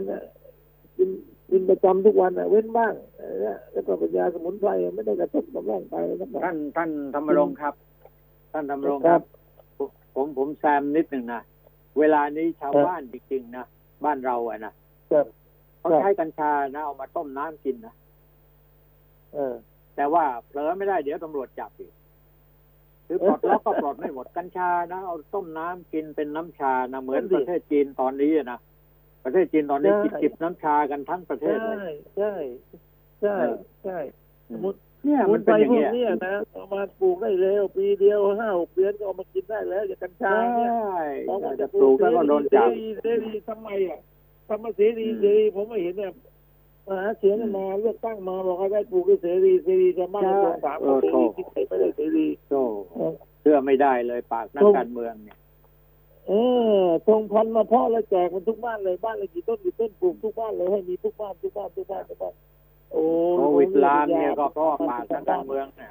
S7: กินประจำทุกวันเว้นบ้างแล้วก็ปัญญาสมุนไพรไม่ได้กระทบกับร่างกาย
S1: ท่านธรรมรงค์ครับท่านธรรมรงค์ครับผมแซมนิดหนึ่งนะเวลานี้ชาวบ้านจริงๆนะบ้านเรานะเขาใช้กัญชานะเอามาต้มน้ำกินนะแต่ว่าเผลอไม่ได้เดี๋ยวตำรวจจับอีกคือปลดล็อกก็ปลดไม่หมดกัญชานะเอาต้มน้ำกินเป็นน้ำชานะเหมือนประเทศจีนตอนนี้นะประเทศจีนตอนนี้จิบน้ำชากันทั้งประเทศเลย
S7: ใช่เนี่ยมันเป็นอย่างนี้นะเอามาปลูกได้เร็วปีเดียว 5-6 เดือนก็เอามากินได้แล้วอย่างกัญชาเนี่ย
S1: เราจะปลูกแล้วก็โดนจับ
S7: เสรีทำไมทำมาเสรีผมไม่เห็นเนี่ยเสียงมาเลือกตั้งมาบอกให้ได้ปลูกเสรีจะมั่นคง3 คนที่ไม่ได้เสรี
S1: เชื่อไม่ได้เลยปากนักการเมืองเนี่ย
S7: ทรงพันมาเพาะแล้วแจกมันทุกบ้านเลยบ้านเลยกี่ต้นปลูกทุกบ้านเลยให้มีทุกบ้านโอ้
S1: โควิดลามเนี่ยก็เพราะปากนักการเมืองเนี่ย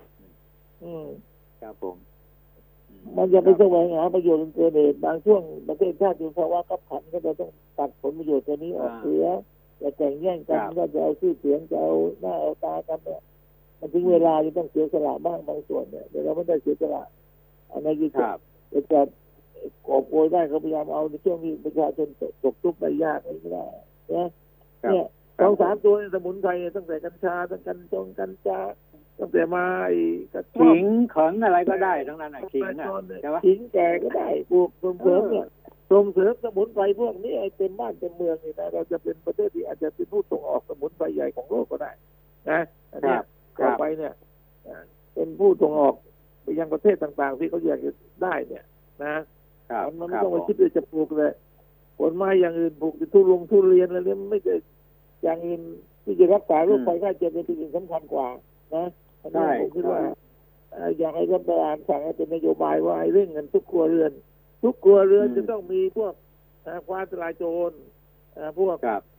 S1: ครับผม
S7: มันจะไปแสวงหาประโยชน์เกินเหตุบางช่วงประเทศชาติอยู่ภาวะขับขันก็จะต้องตัดผลประโยชน์ตัวนี้ออกเสียจะแข่งแย่งกันก็จะเอาชื่อเสียงจะเอาหน้าเอาตากันเนี่ยมันถึงเวลาจะต้องเสียสละบ้างบางส่วนเนี่ยเดี๋ยวเราไม่ได้เสียสละอันนี้จะกอบโกยได้เขาพยายามเอาในช่วงที่ประชาชนตกทุกข์ได้ยากไม่ได้นะเนี่ย2-3 ตัวสมุนไพรตั้งแต่กัญชาตั้งกัญชาตั้งแต่มา
S1: ขิงเขิงอะไรก็ได้ทั้งนั้นขิงนะใช่ไหม
S7: ขิงแก่ก็ได้ปลูกส่งเสริมเนี่ยส่งเสริมสมุนไพรพวกนี้เต็มบ้านเต็มเมืองนี่นะเราจะเป็นประเทศที่อาจจะเป็นผู้ส่งออกสมุนไพรใหญ่ของโลกก็ได้นะอันนี้ต่อไปเนี่ยเป็นผู้ส่งออกไปยังประเทศต่างๆที่เขาอยากจะได้เนี่ยนะมันไม่ต้องไปคิดว่าจะปลูกเลยผลไม้อย่างอื่นปลูกทุเรียนอะไรเนี่ยไม่ใช่อย่างอื่นที่จะรักษาโรคภัยไข้เจ็บเป็นสิ่งสำคัญกว่านะใช่ผมคิดว่าอยากให้รัฐบาลสั่งให้เป็นนโยบายว่าให้เร่งเงินทุกครัวเรือนจะต้องมีพวกฟ้าทลายโจรพวก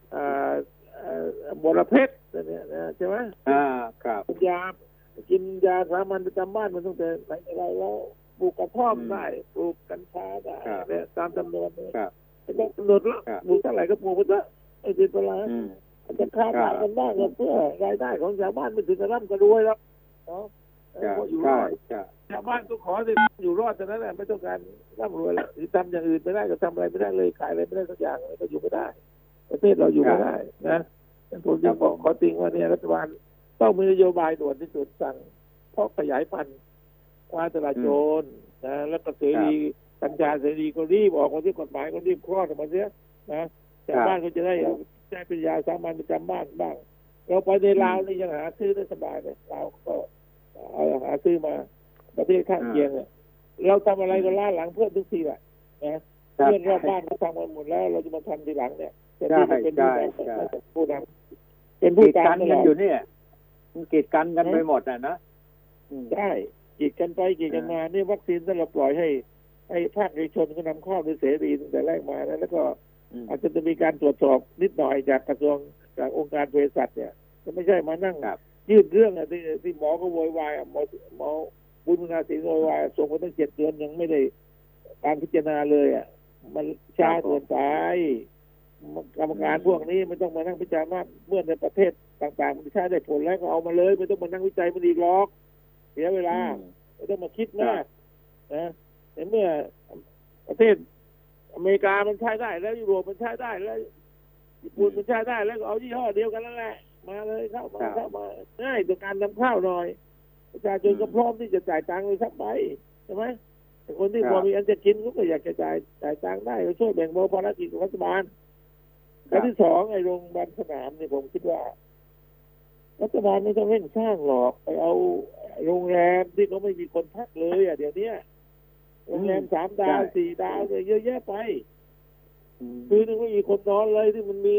S7: มลพิษเนี่ยใช่ไหม
S1: ครับ
S7: ยากินยาสามัญประจำบ้านมันตั้งแต่ไหนอะไรแล้วปลูกกระท่อมได้ปลูกกัญชาได้ตามจำนวนเลยไม่ต้องกำหนดแล้วปลูกเท่าไหร่ก็ปลูกไปเถอะไอ้ที่เป็นไรจะค้าขายกันได้เพื่อรายได้ของชาวบ้านไม่ถึงกับร่ำก็รวยแล้วเนาะอยู่รอดชาวบ้านก็ขอสิอยู่รอดแต่นั้นแหละไม่ต้องการร่ำรวยแล้วที่ทำอย่างอื่นไม่ได้ก็ทำอะไรไม่ได้เลยขายอะไรไม่ได้สักอย่างก็อยู่ไม่ได้ประเทศเราอยู่ไม่ได้นะผมยังบอกขอติงว่าเนี่ยรัฐบาลต้องมีนโยบายด่วนที่สุดสั่งเพราะขยายพันธุ์ฟ้าทลายโจรนะแล้วก็เสรีกัญชาเสรีก็รีบออกมาที่กฎหมายก็รีบคลอดออกมาเสียนะชาวบ้านก็จะได้เป็นยาสามัญประจำบ้านบ้างเราไปในลาวนี่ยังหาซื้อได้สบายเลยลาวก็หาซื้อมาประเทศข้างเคียงเนี่ยเราทำอะไรก็ล่าหลังเพื่อนทุกทีแหละนะเพื่อนรอบบ้านเขาทำกันหมดแล้วเราจะมาทำทีหลังเนี่ย
S1: จะที่เป็น
S7: ผู้นำเป็นผู้
S1: การกันอยู่เนี่ยกีดกันกันไปหมดนะ
S7: ใช่กีดกันไปกีดกันมานี่วัคซีนถ้าเราปล่อยให้ภาคเอกชนก็นำเข้าโดยเสรีตั้งแต่แรกมาแล้วก็อาจจะมีการตรวจสอบนิดหน่อยจากกระทรวงจากองค์การเภสัชเนี่ยจะไม่ใช่มานั่งยืดเรื่องที่หมอก็โวยวายหมอบุญนาศิลป์โวยวายส่งมาตั้ง7 เดือนยังไม่ได้การพิจารณาเลยมันช้าเกินไปกรรมการพวกนี้ไม่ต้องมานั่งพิจารณาเมื่อในประเทศต่างๆมันใช้ได้ผลแล้วก็เอามาเลยไม่ต้องมานั่งวิจัยมันอีกหรอกเสียเวลาไม่ต้องมาคิดมากนะแต่เมื่อประเทศอเมริกามันใช้ได้แล้วยุโรปมันใช้ได้แล้วญี่ปุ่นมันใช้ได้แล้วก็เอายี่ห้อเดียวกันนั่นแหละมาเลยเข้ามาง่ายต่อการนำเข้าหน่อยประชาชนก็พร้อมที่จะจ่ายตังค์เลยสักไปใช่ไหมแต่คนที่พอมีอันจะกินก็อยากจะจ่ายตังค์ได้ก็ช่วยแบ่งเบาภารกิจของรัฐบาลและที่สองไอ้โรงพยาบาลสนามเนี่ยผมคิดว่ารัฐบาลไม่ต้องเร่งสร้างหรอกไปเอาโรงแรมที่เขาไม่มีคนพักเลยเดี๋ยวนี้โรงแรม3 ดาว 4 ดาวเลยเยอะแยะไปคือนึงไม่มีคนนอนเลยที่มันมี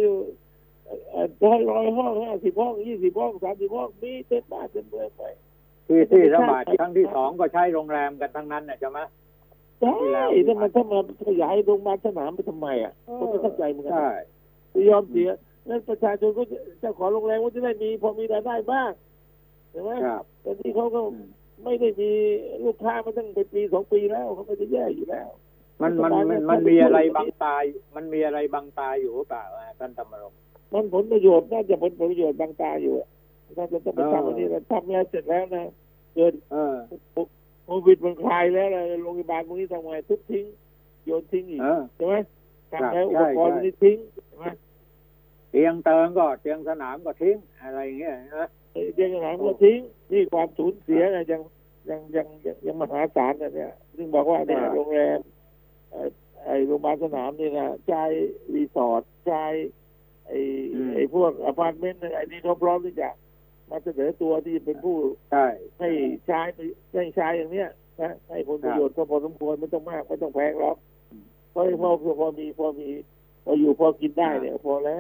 S7: 100 ห้อง50 ห้อง20 ห้อง30 ห้องมีเต็มบ้านเต็มเมืองไป
S1: ที่ระบาดครั้งที่2ก็ใช้โรงแรมกันทั้งนั้นใช่ไหม
S7: ใช่ถ้ามาขยายโรงพยาบาลสนามไปทำไมผมไม่เข้าใจเหมือนกันยอมเสียแล้วประชาชนก็จะขอโรงแรมว่าจะได้มีพอมีรายได้บ้างใช่ไหมแต่ที่เขาก็ไม่ได้มีลูกค้ามาตั้งเป็นปี2 ปีแล้วเขาก็จะแย่อยู่แล้ว
S1: มันมีอะไรบังตามันมีอะไรบังตาอยู่หรือเปล่าท่านธรรมรงค์
S7: มันผลประโยชน์น่าจะผลประโยชน์บังตาอยู่ถ้าจะต้องไปทำอันนี้เราทำแล้วเสร็จแล้วนะเกิดโควิดมันคลายแล้วโรงพยาบาลพวกนี้ทำไงทุบทิ้งโยนทิ้งอีกใช่ไหมทำแล้วอุปกรณ์นี้ทิ้งใช่ไหม
S1: เตียงเติมก็เตียงสนามก็ทิ้งอะไรอย่างเงี้ยนะ
S7: เตียงสนามก็ทิ้งนี่ความสูญเสียยังมหาศาลเนี่ยซึ่งบอกว่าเนี่ยโรงแรมไอ้โรงพยาบาลสนามนี่นะใช้รีสอร์ทใช้ไอ้พวกอพาร์ตเมนต์ไอ้นี่เขาพร้อมที่จะมาเสนอตัวที่เป็นผู้ให้ใช้อย่างเนี้ยนะให้ผลประโยชน์ก็พอสมควรไม่ต้องมากไม่ต้องแพงหรอกเพราะพออยู่พอกินได้เนี่ยพอแล้ว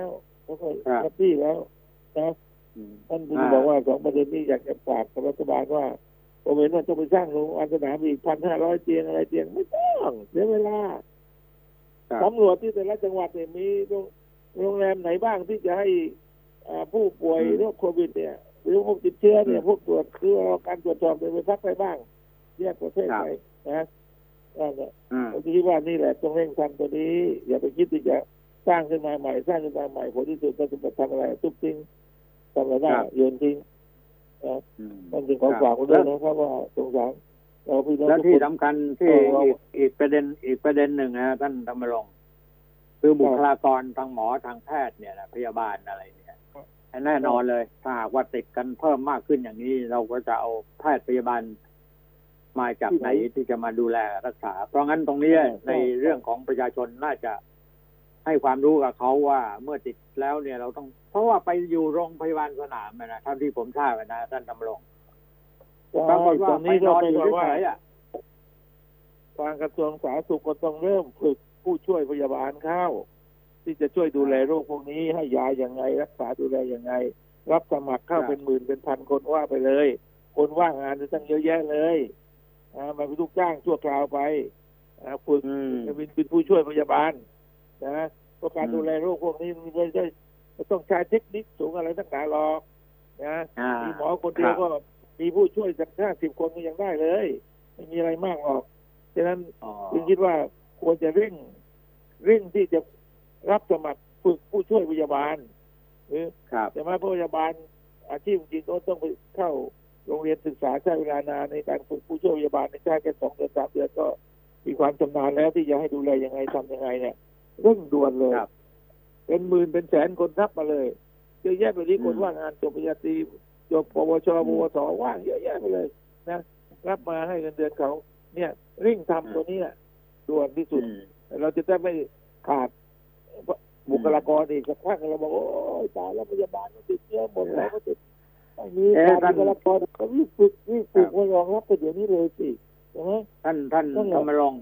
S7: ก็ค่อยแฮปปี้แล้วนะท่านถึงบอกว่า2ประเด็นนี้อยากจะฝากกับรัฐบาลว่าผมเห็นว่าต้องไปสร้างโรงพยาบาลสนามอีก 1,500 เตียงอะไรเตียงไม่ต้องเสียเวลาตำรวจที่แต่ละจังหวัดเนี่ยมีโรงแรมไหนบ้างที่จะให้ผู้ป่วยโรคโควิดเนี่ยหรือพวกติดเชื้อเนี่ยพวกตรวจคือการตรวจสอบไปพักไปบ้างแยกประเภทไปนะผมคิดว่านี่แหละต้องเร่งทำตัวนี้อย่าไปคิดที่จะสร้างขึ้นมาใหม่ผลที่สุดก็จะทำอะไรทุบทิ้งทำอะไรได้โยนทิ้งมันจึงขอฝากคุณด้วยนะครับว่าสงสารเราพี่น้อง
S1: และที่สำคัญที่อีกประเด็นหนึ่งนะท่านธรรมรงค์คือบุคลากรทางหมอทางแพทย์เนี่ยนะพยาบาลอะไรเนี่ยแน่นอนเลยถ้าหากว่าติดกันเพิ่มมากขึ้นอย่างนี้เราก็จะเอาแพทย์พยาบาลมาจากไหนที่จะมาดูแลรักษาเพราะงั้นตรงนี้ในเรื่องของประชาชนน่าจะให้ความรู้กับเขาว่าเมื่อติดแล้วเนี่ยเราต้องเพราะว่าไปอยู่โรงพยาบาลสนามนะเท่าที่ผมทราบนะท่านธรรมรงค์ปรากฏว่าไปนอนอยู่เฉยๆ
S7: ทางกระทรวงสาธารณสุขก็ต้องเริ่มฝึกผู้ช่วยพยาบาลเข้าที่จะช่วยดูแลโรคพวกนี้ให้ยาอย่างไงรักษาดูแลอย่างไงรับสมัครเข้าเป็นหมื่นเป็นพันคนว่าไปเลยคนว่างงานจะตั้งเยอะแยะเลยมาเป็นลูกจ้างชั่วคราวไปฝึกเป็นผู้ช่วยพยาบาลนะเพราะการดูแลโรคพวกนี้มันไม่ได้ต้องใช้เทคนิคสูงอะไรตั้งหลายหรอกนะมีหมอคนเดียวก็มีผู้ช่วยสัก50 คนก็ยังได้เลยไม่มีอะไรมากหรอกฉะนั้นจึงคิดว่าควรจะเร่งที่จะรับสมัครฝึกผู้ช่วยพยาบาลแต่ว่าพยาบาลอาชีพจริงก็ต้องไปเข้าโรงเรียนศึกษาใช้เวลานานในการฝึกผู้ช่วยพยาบาลในแค่2 เดือน 3 เดือนก็มีความชำนาญแล้วที่จะให้ดูแลยังไงทำยังไงเนี่ยเร่งด่วนเลยเป็นหมื่นเป็นแสนคนทับมาเลยเยอะแยะไปที่คนว่างงานจบปริญญาตรีจบปวชปวสว่างเยอะแยะไปเลยนะรับมาให้เงินเดือนเขาเนี่ยเร่งทำตัวนี้ด่วนที่สุดเราจะได้ไม่ขาดบุคลากรอีกสักพักเราบอกโอ้ยตายแล้วพยาบาลมันติดเชื้อหมดแล้วก็ติดไม่มีบุคลากรก็รีบฝึกมารองรับไปเดี๋ยวนี้เลยสิใช่ไหม
S1: ท่านธรรมรงค์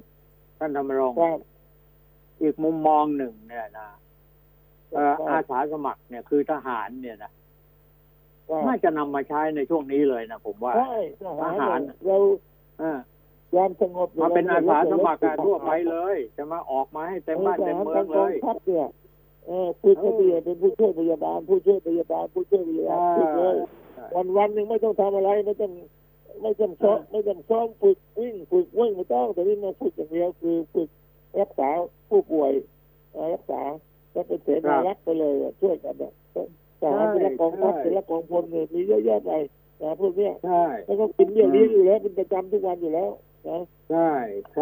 S1: อีกมุมมองหนึ่งเนี่ยนะอาสาสมัครเนี่ยคือทหารเนี่ยนะน่าจะนำมาใช้ในช่วงนี้เลยนะผมว่าทหาร
S7: เรายามสงบ
S1: มาเป็นอาสาสมัครทั่วไปเลยจะมาออกมาให้เต็มบ้านเต็มเมืองเลย
S7: ครับเนี่ยผู้ช่วยเป็นผู้ช่วยพยาบาลผู้ช่วยเลยวันหนึ่งไม่ต้องทำอะไรไม่ต้องซ้อมฝึกวิ่งไม่ต้องแต่นี่มาฝึกอย่างเดียวคือฝึกรักษาผู้ป่วยรักษาแล้วเป็นเสนารักษ์ไปเลยช่วยกันเนี่ยทหารเป็นละกองทัพเป็นละกองพลเนี่ยมีเยอะแยะไปนะพวกเนี้ยแล้วก็กินเลี้ยงอยู่แล้วเป็นประจำทุกวันอยู่แล้วนะ
S1: ใช่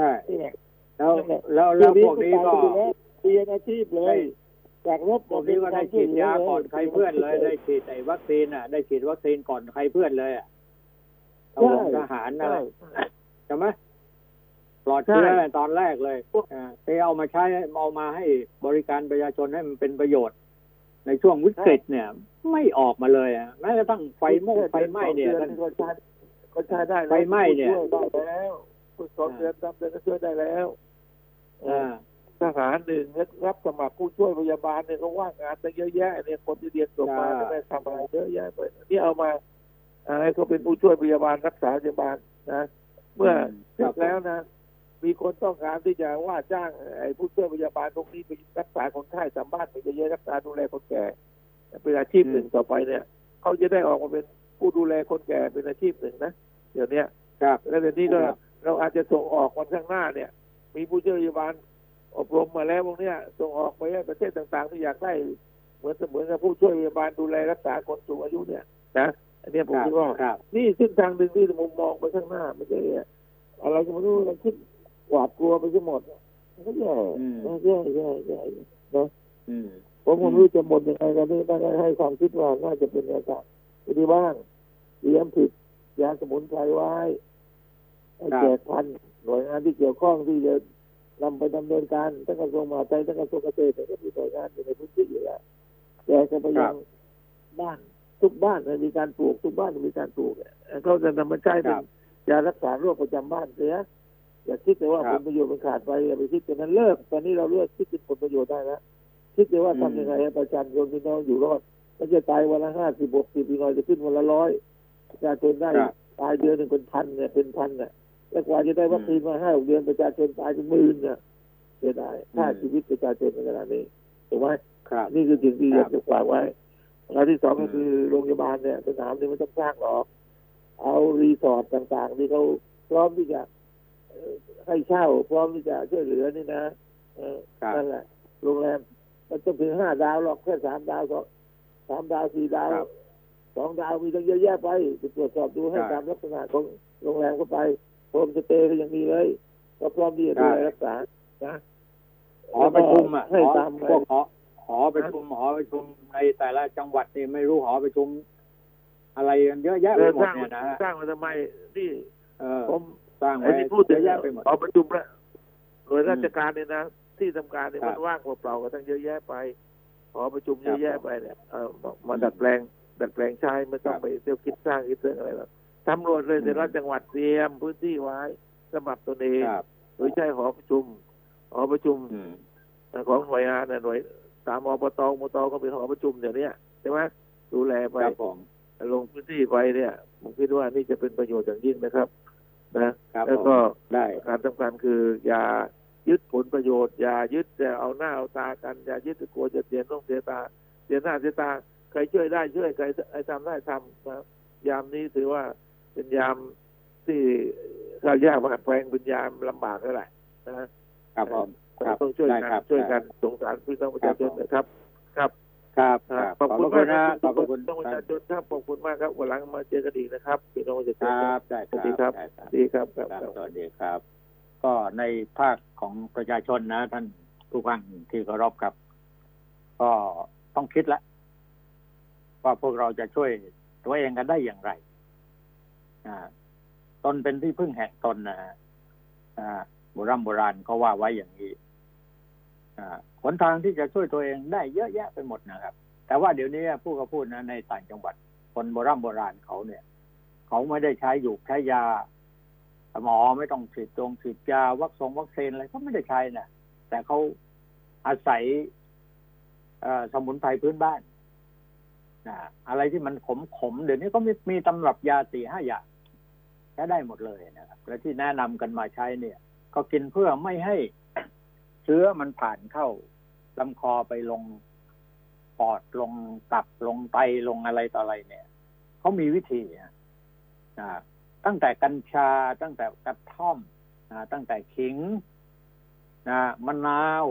S1: แล้วพวกนี้ก็
S7: เปลี่ยนอาชีพเลยจากรบ
S1: พวกนี้ก็ได้ฉีดยาก่อนใครเพื่อนเลยได้ฉีดไอ้วัคซีนได้ฉีดวัคซีนก่อนใครเพื่อนเลยเอาลงทหารอะไรใช่ไหมปลอดเชื้อตอนแรกเลยที่เอามาใช้เอามาให้บริการประชาชนให้มันเป็นประโยชน์ในช่วงวิกฤตเนี่ยไม่ออกมาเลยแม้กระทั่งไฟไหม้เนี่ย
S7: ก็ใช้ได้
S1: ไฟไหม้เนี่ย
S7: ได้แล้วฝึก2 เดือน3 เดือนก็ช่วยได้แล้วทหารหนึ่งรับสมัครผู้ช่วยพยาบาลเนี่ยก็ว่างงานตั้งเยอะแยะเนี่ยคนที่เรียนจบมาไม่ได้ทำอะไรเยอะแยะไปนี่เอามาให้เขาเป็นผู้ช่วยพยาบาลรักษาพยาบาลนะเมื่อเสร็จแล้วนะมีคนต้องการที่จะว่าจ้างไอ้ผู้ช่วยพยาบาลตรงนี้ไปรักษาคนไข้ตามบ้านไปเยอะๆรักษาดูแลคนแก่เป็นอาชีพหนึ่งต่อไปเนี่ยเขาจะได้ออกมาเป็นผู้ดูแลคนแก่เป็นอาชีพหนึ่งนะเดี๋ยวนี้แล้วเดี๋ยวนี้ก็เราอาจจะส่งออกวันข้างหน้าเนี่ยมีผู้ช่วยพยาบาลอบรมมาแล้วพวกนี้ส่งออกไปให้ประเทศต่างๆที่อยากได้เหมือนกับผู้ช่วยพยาบาลดูแลรักษาคนสูงอายุเนี่ยนะอันนี้ผมคิดว่านี่เส้นทางหนึ่งที่มุมมองไปข้างหน้าไม่ใช่อะไรก็ไม่รู้เราคิดหวาดกลัวไปทั้งหมดมันก็แย่นะผมไม่รู้จะหมดยังไงกันนี่ได้ให้ความคิดว่าน่าจะเป็นอะไรที่บ้างเตรียมผิดยาสมุนไพรไว้แจกพันหน่วยงานที่เกี่ยวข้องที่จะนำไปดำเนินการทั้งกระทรวงมหาดไทยทั้งกระทรวงเกษตรก็มีหน่วยงานอยู่ในพื้นที่อยู่แล้วแจกกันไปยังบ้านทุกบ้านมีการปลูกทุกบ้านมีการปลูกเขาจะนำมาใช้เป็นยารักษาโรคประจำบ้านเสียอย่าคิดแต่ว่าผลประโยชน์มันขาดไปอย่าไปคิดแต่นั้นเลิกตอนนี้เราเลิกคิดเป็นผลประโยชน์ได้แล้วคิดเลยว่าทำยังไงให้ประชาชนพี่น้องอยู่รอดไม่ใช่ตายวันละ50 60พี่น้องจะขึ้นวันละ100ประชาชนได้ตายเดือนหนึ่งเป็นพันเนี่ยเป็นพันเนี่ยแล้วกว่าจะได้วัคซีนมา5-6 เดือนประชาชนตายเป็นหมื่นเนี่ยเสียดายค่าชีวิตประชาชนในขณะนี้ถูกไหมนี่คือสิ่งที่อยากจะฝากไว้และที่สองก็คือโรงพยาบาลเนี่ยสนามนี่ไม่ต้องสร้างหรอกเอารีสอร์ทต่างๆที่เขาพร้อมที่จะให้เช่าพร้อมที่จะช่วยเหลือนี่นะนั่นแหละโรงแรมมันต้องถึง5 ดาวหรอกแค่3 ดาว3 ดาว4 ดาว2 ดาวมีตั้งเยอะแยะไปตรวจสอบดูให้ตามลักษณะของโรงแรมก็ไปโฮมสเตย์ก็ยังมีเลยก็พร้อมที่จะดูแลรักษานะ
S1: หอประชุมอ่ะ
S7: ให้ตาม
S1: พวกหอประชุมในแต่ละจังหวัดนี่ไม่รู้หอประชุมอะไรกันเยอะแยะไปหมดเนี่ยนะ
S7: สร้างมาทำไมที่
S1: ผมสร้างไว้
S7: พูดเยอะแยะไปหมดหอประชุมแล้วหน่วยราชการเนี่ยนะที่ทำการเนี่ยมันว่างเปล่าๆก็ตั้งเยอะแยะไปหอประชุมเยอะแยะไปเนี่ยมาดัดแปลงใช้ไม่ต้องไปเที่ยวคิดสร้างคิดเรื่องอะไรหรอกตำรวจเลยแต่ละจังหวัดเตรียมพื้นที่ไว้สำหรับตนเองโดยใช้หอประชุมของหน่วยงานหน่วยตามอบต.ก็เป็นหอประชุมเดี๋ยวนี้ใช่ไหมดูแลไปลงพื้นที่ไปเนี่ยผมคิดว่านี่จะเป็นประโยชน์อย่างยิ่งนะครับนะแล้วก็การสำคัญคืออย่ายึดผลประโยชน์อย่ายึดแต่เอาหน้าเอาตากันอย่ายึดกลัวจะเสียต้องเสียตาเสียหน้าเสียตาใครช่วยได้ช่วยใครทำได้ทำนะยามนี้ถือว่าเป็นยามที่เรายากมากแพงเป็นยามลำบากเท่าไหร่นะครับผมต้องช่วยกันสงสารพี่น้องประชาชนนะครับครับขอบคุณมากครับขอบคุณประชาชนครับขอบคุณมากครับวันหลังมาเจอกันอีกนะครับพี่น้องประชาชนครับสวัสดีครับดีครับ
S1: สวัสดีครับก็ในภาคของประชาชนนะท่านผู้ฟังที่เคารพครับก็ต้องคิดแล้วว่าพวกเราจะช่วยตัวเองกันได้อย่างไรตนเป็นที่พึ่งแห่งตนนะโบราณเขาว่าไว้อย่างนี้หนทางที่จะช่วยตัวเองได้เยอะแยะไปหมดนะครับแต่ว่าเดี๋ยวนี้ผู้ก็พูดนะในต่างจังหวัดคนโบราณเขาเนี่ยเขาไม่ได้ใช้อยู่ใช้ยาหมอไม่ต้องฉีดยาวัคซีนอะไรเขาไม่ได้ใช้นะแต่เขาอาศัยสมุนไพรพื้นบ้านอะไรที่มันขมเดี๋ยวนี้ก็มีตำรับยา4-5 อย่างใช้ได้หมดเลยนะครับและที่แนะนำกันมาใช้เนี่ยก็กินเพื่อไม่ให้เชื้อมันผ่านเข้าลำคอไปลงปอดลงตับลงไตลงอะไรต่ออะไรเนี่ยเขามีวิธีตั้งแต่กัญชาตั้งแต่กระท่อมตั้งแต่ขิงมะนาว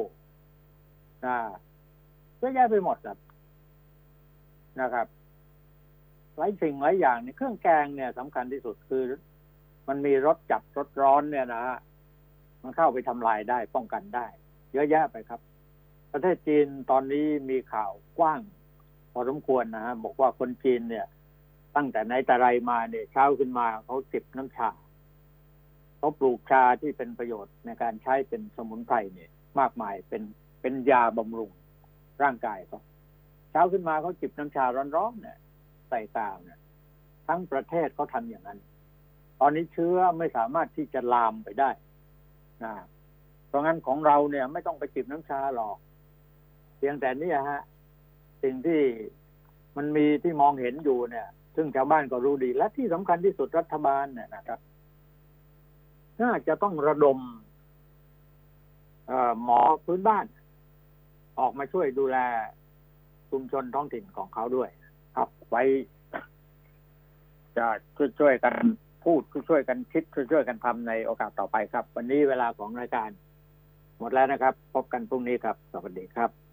S1: เยอะแยะไปหมดนะครับหลายสิ่งหลายอย่างในเครื่องแกงเนี่ยสำคัญที่สุดคือมันมีรสจัดรสร้อนเนี่ยนะมันเข้าไปทำลายได้ป้องกันได้เยอะแยะไปครับประเทศจีนตอนนี้มีข่าวกว้างพอสมควรนะฮะบอกว่าคนจีนเนี่ยตั้งแต่ไหนแต่ไรมาเนี่ยเช้าขึ้นมาเขาจิบน้ำชาเขาปลูกชาที่เป็นประโยชน์ในการใช้เป็นสมุนไพรเนี่ยมากมายเป็นยาบำรุงร่างกายเขาเช้าขึ้นมาเขาจิบน้ำชาร้อนๆเนี่ยใส่ตาเนี่ยทั้งประเทศเขาทำอย่างนั้นตอนนี้เชื้อไม่สามารถที่จะลามไปได้เพราะงั้นของเราเนี่ยไม่ต้องไปจิบน้ำชาหรอกเพียงแต่นี่ฮะสิ่งที่มันมีที่มองเห็นอยู่เนี่ยซึ่งชาวบ้านก็รู้ดีและที่สำคัญที่สุดรัฐบาลเนี่ยนะครับน่าจะต้องระดมหมอพื้นบ้านออกมาช่วยดูแลชุมชนท้องถิ่นของเขาด้วยครับไว้จะช่วยกันพูดช่วยกันคิดช่วยกันทำในโอกาสต่อไปครับวันนี้เวลาของรายการหมดแล้วนะครับพบกันพรุ่งนี้ครับสวัสดีครับ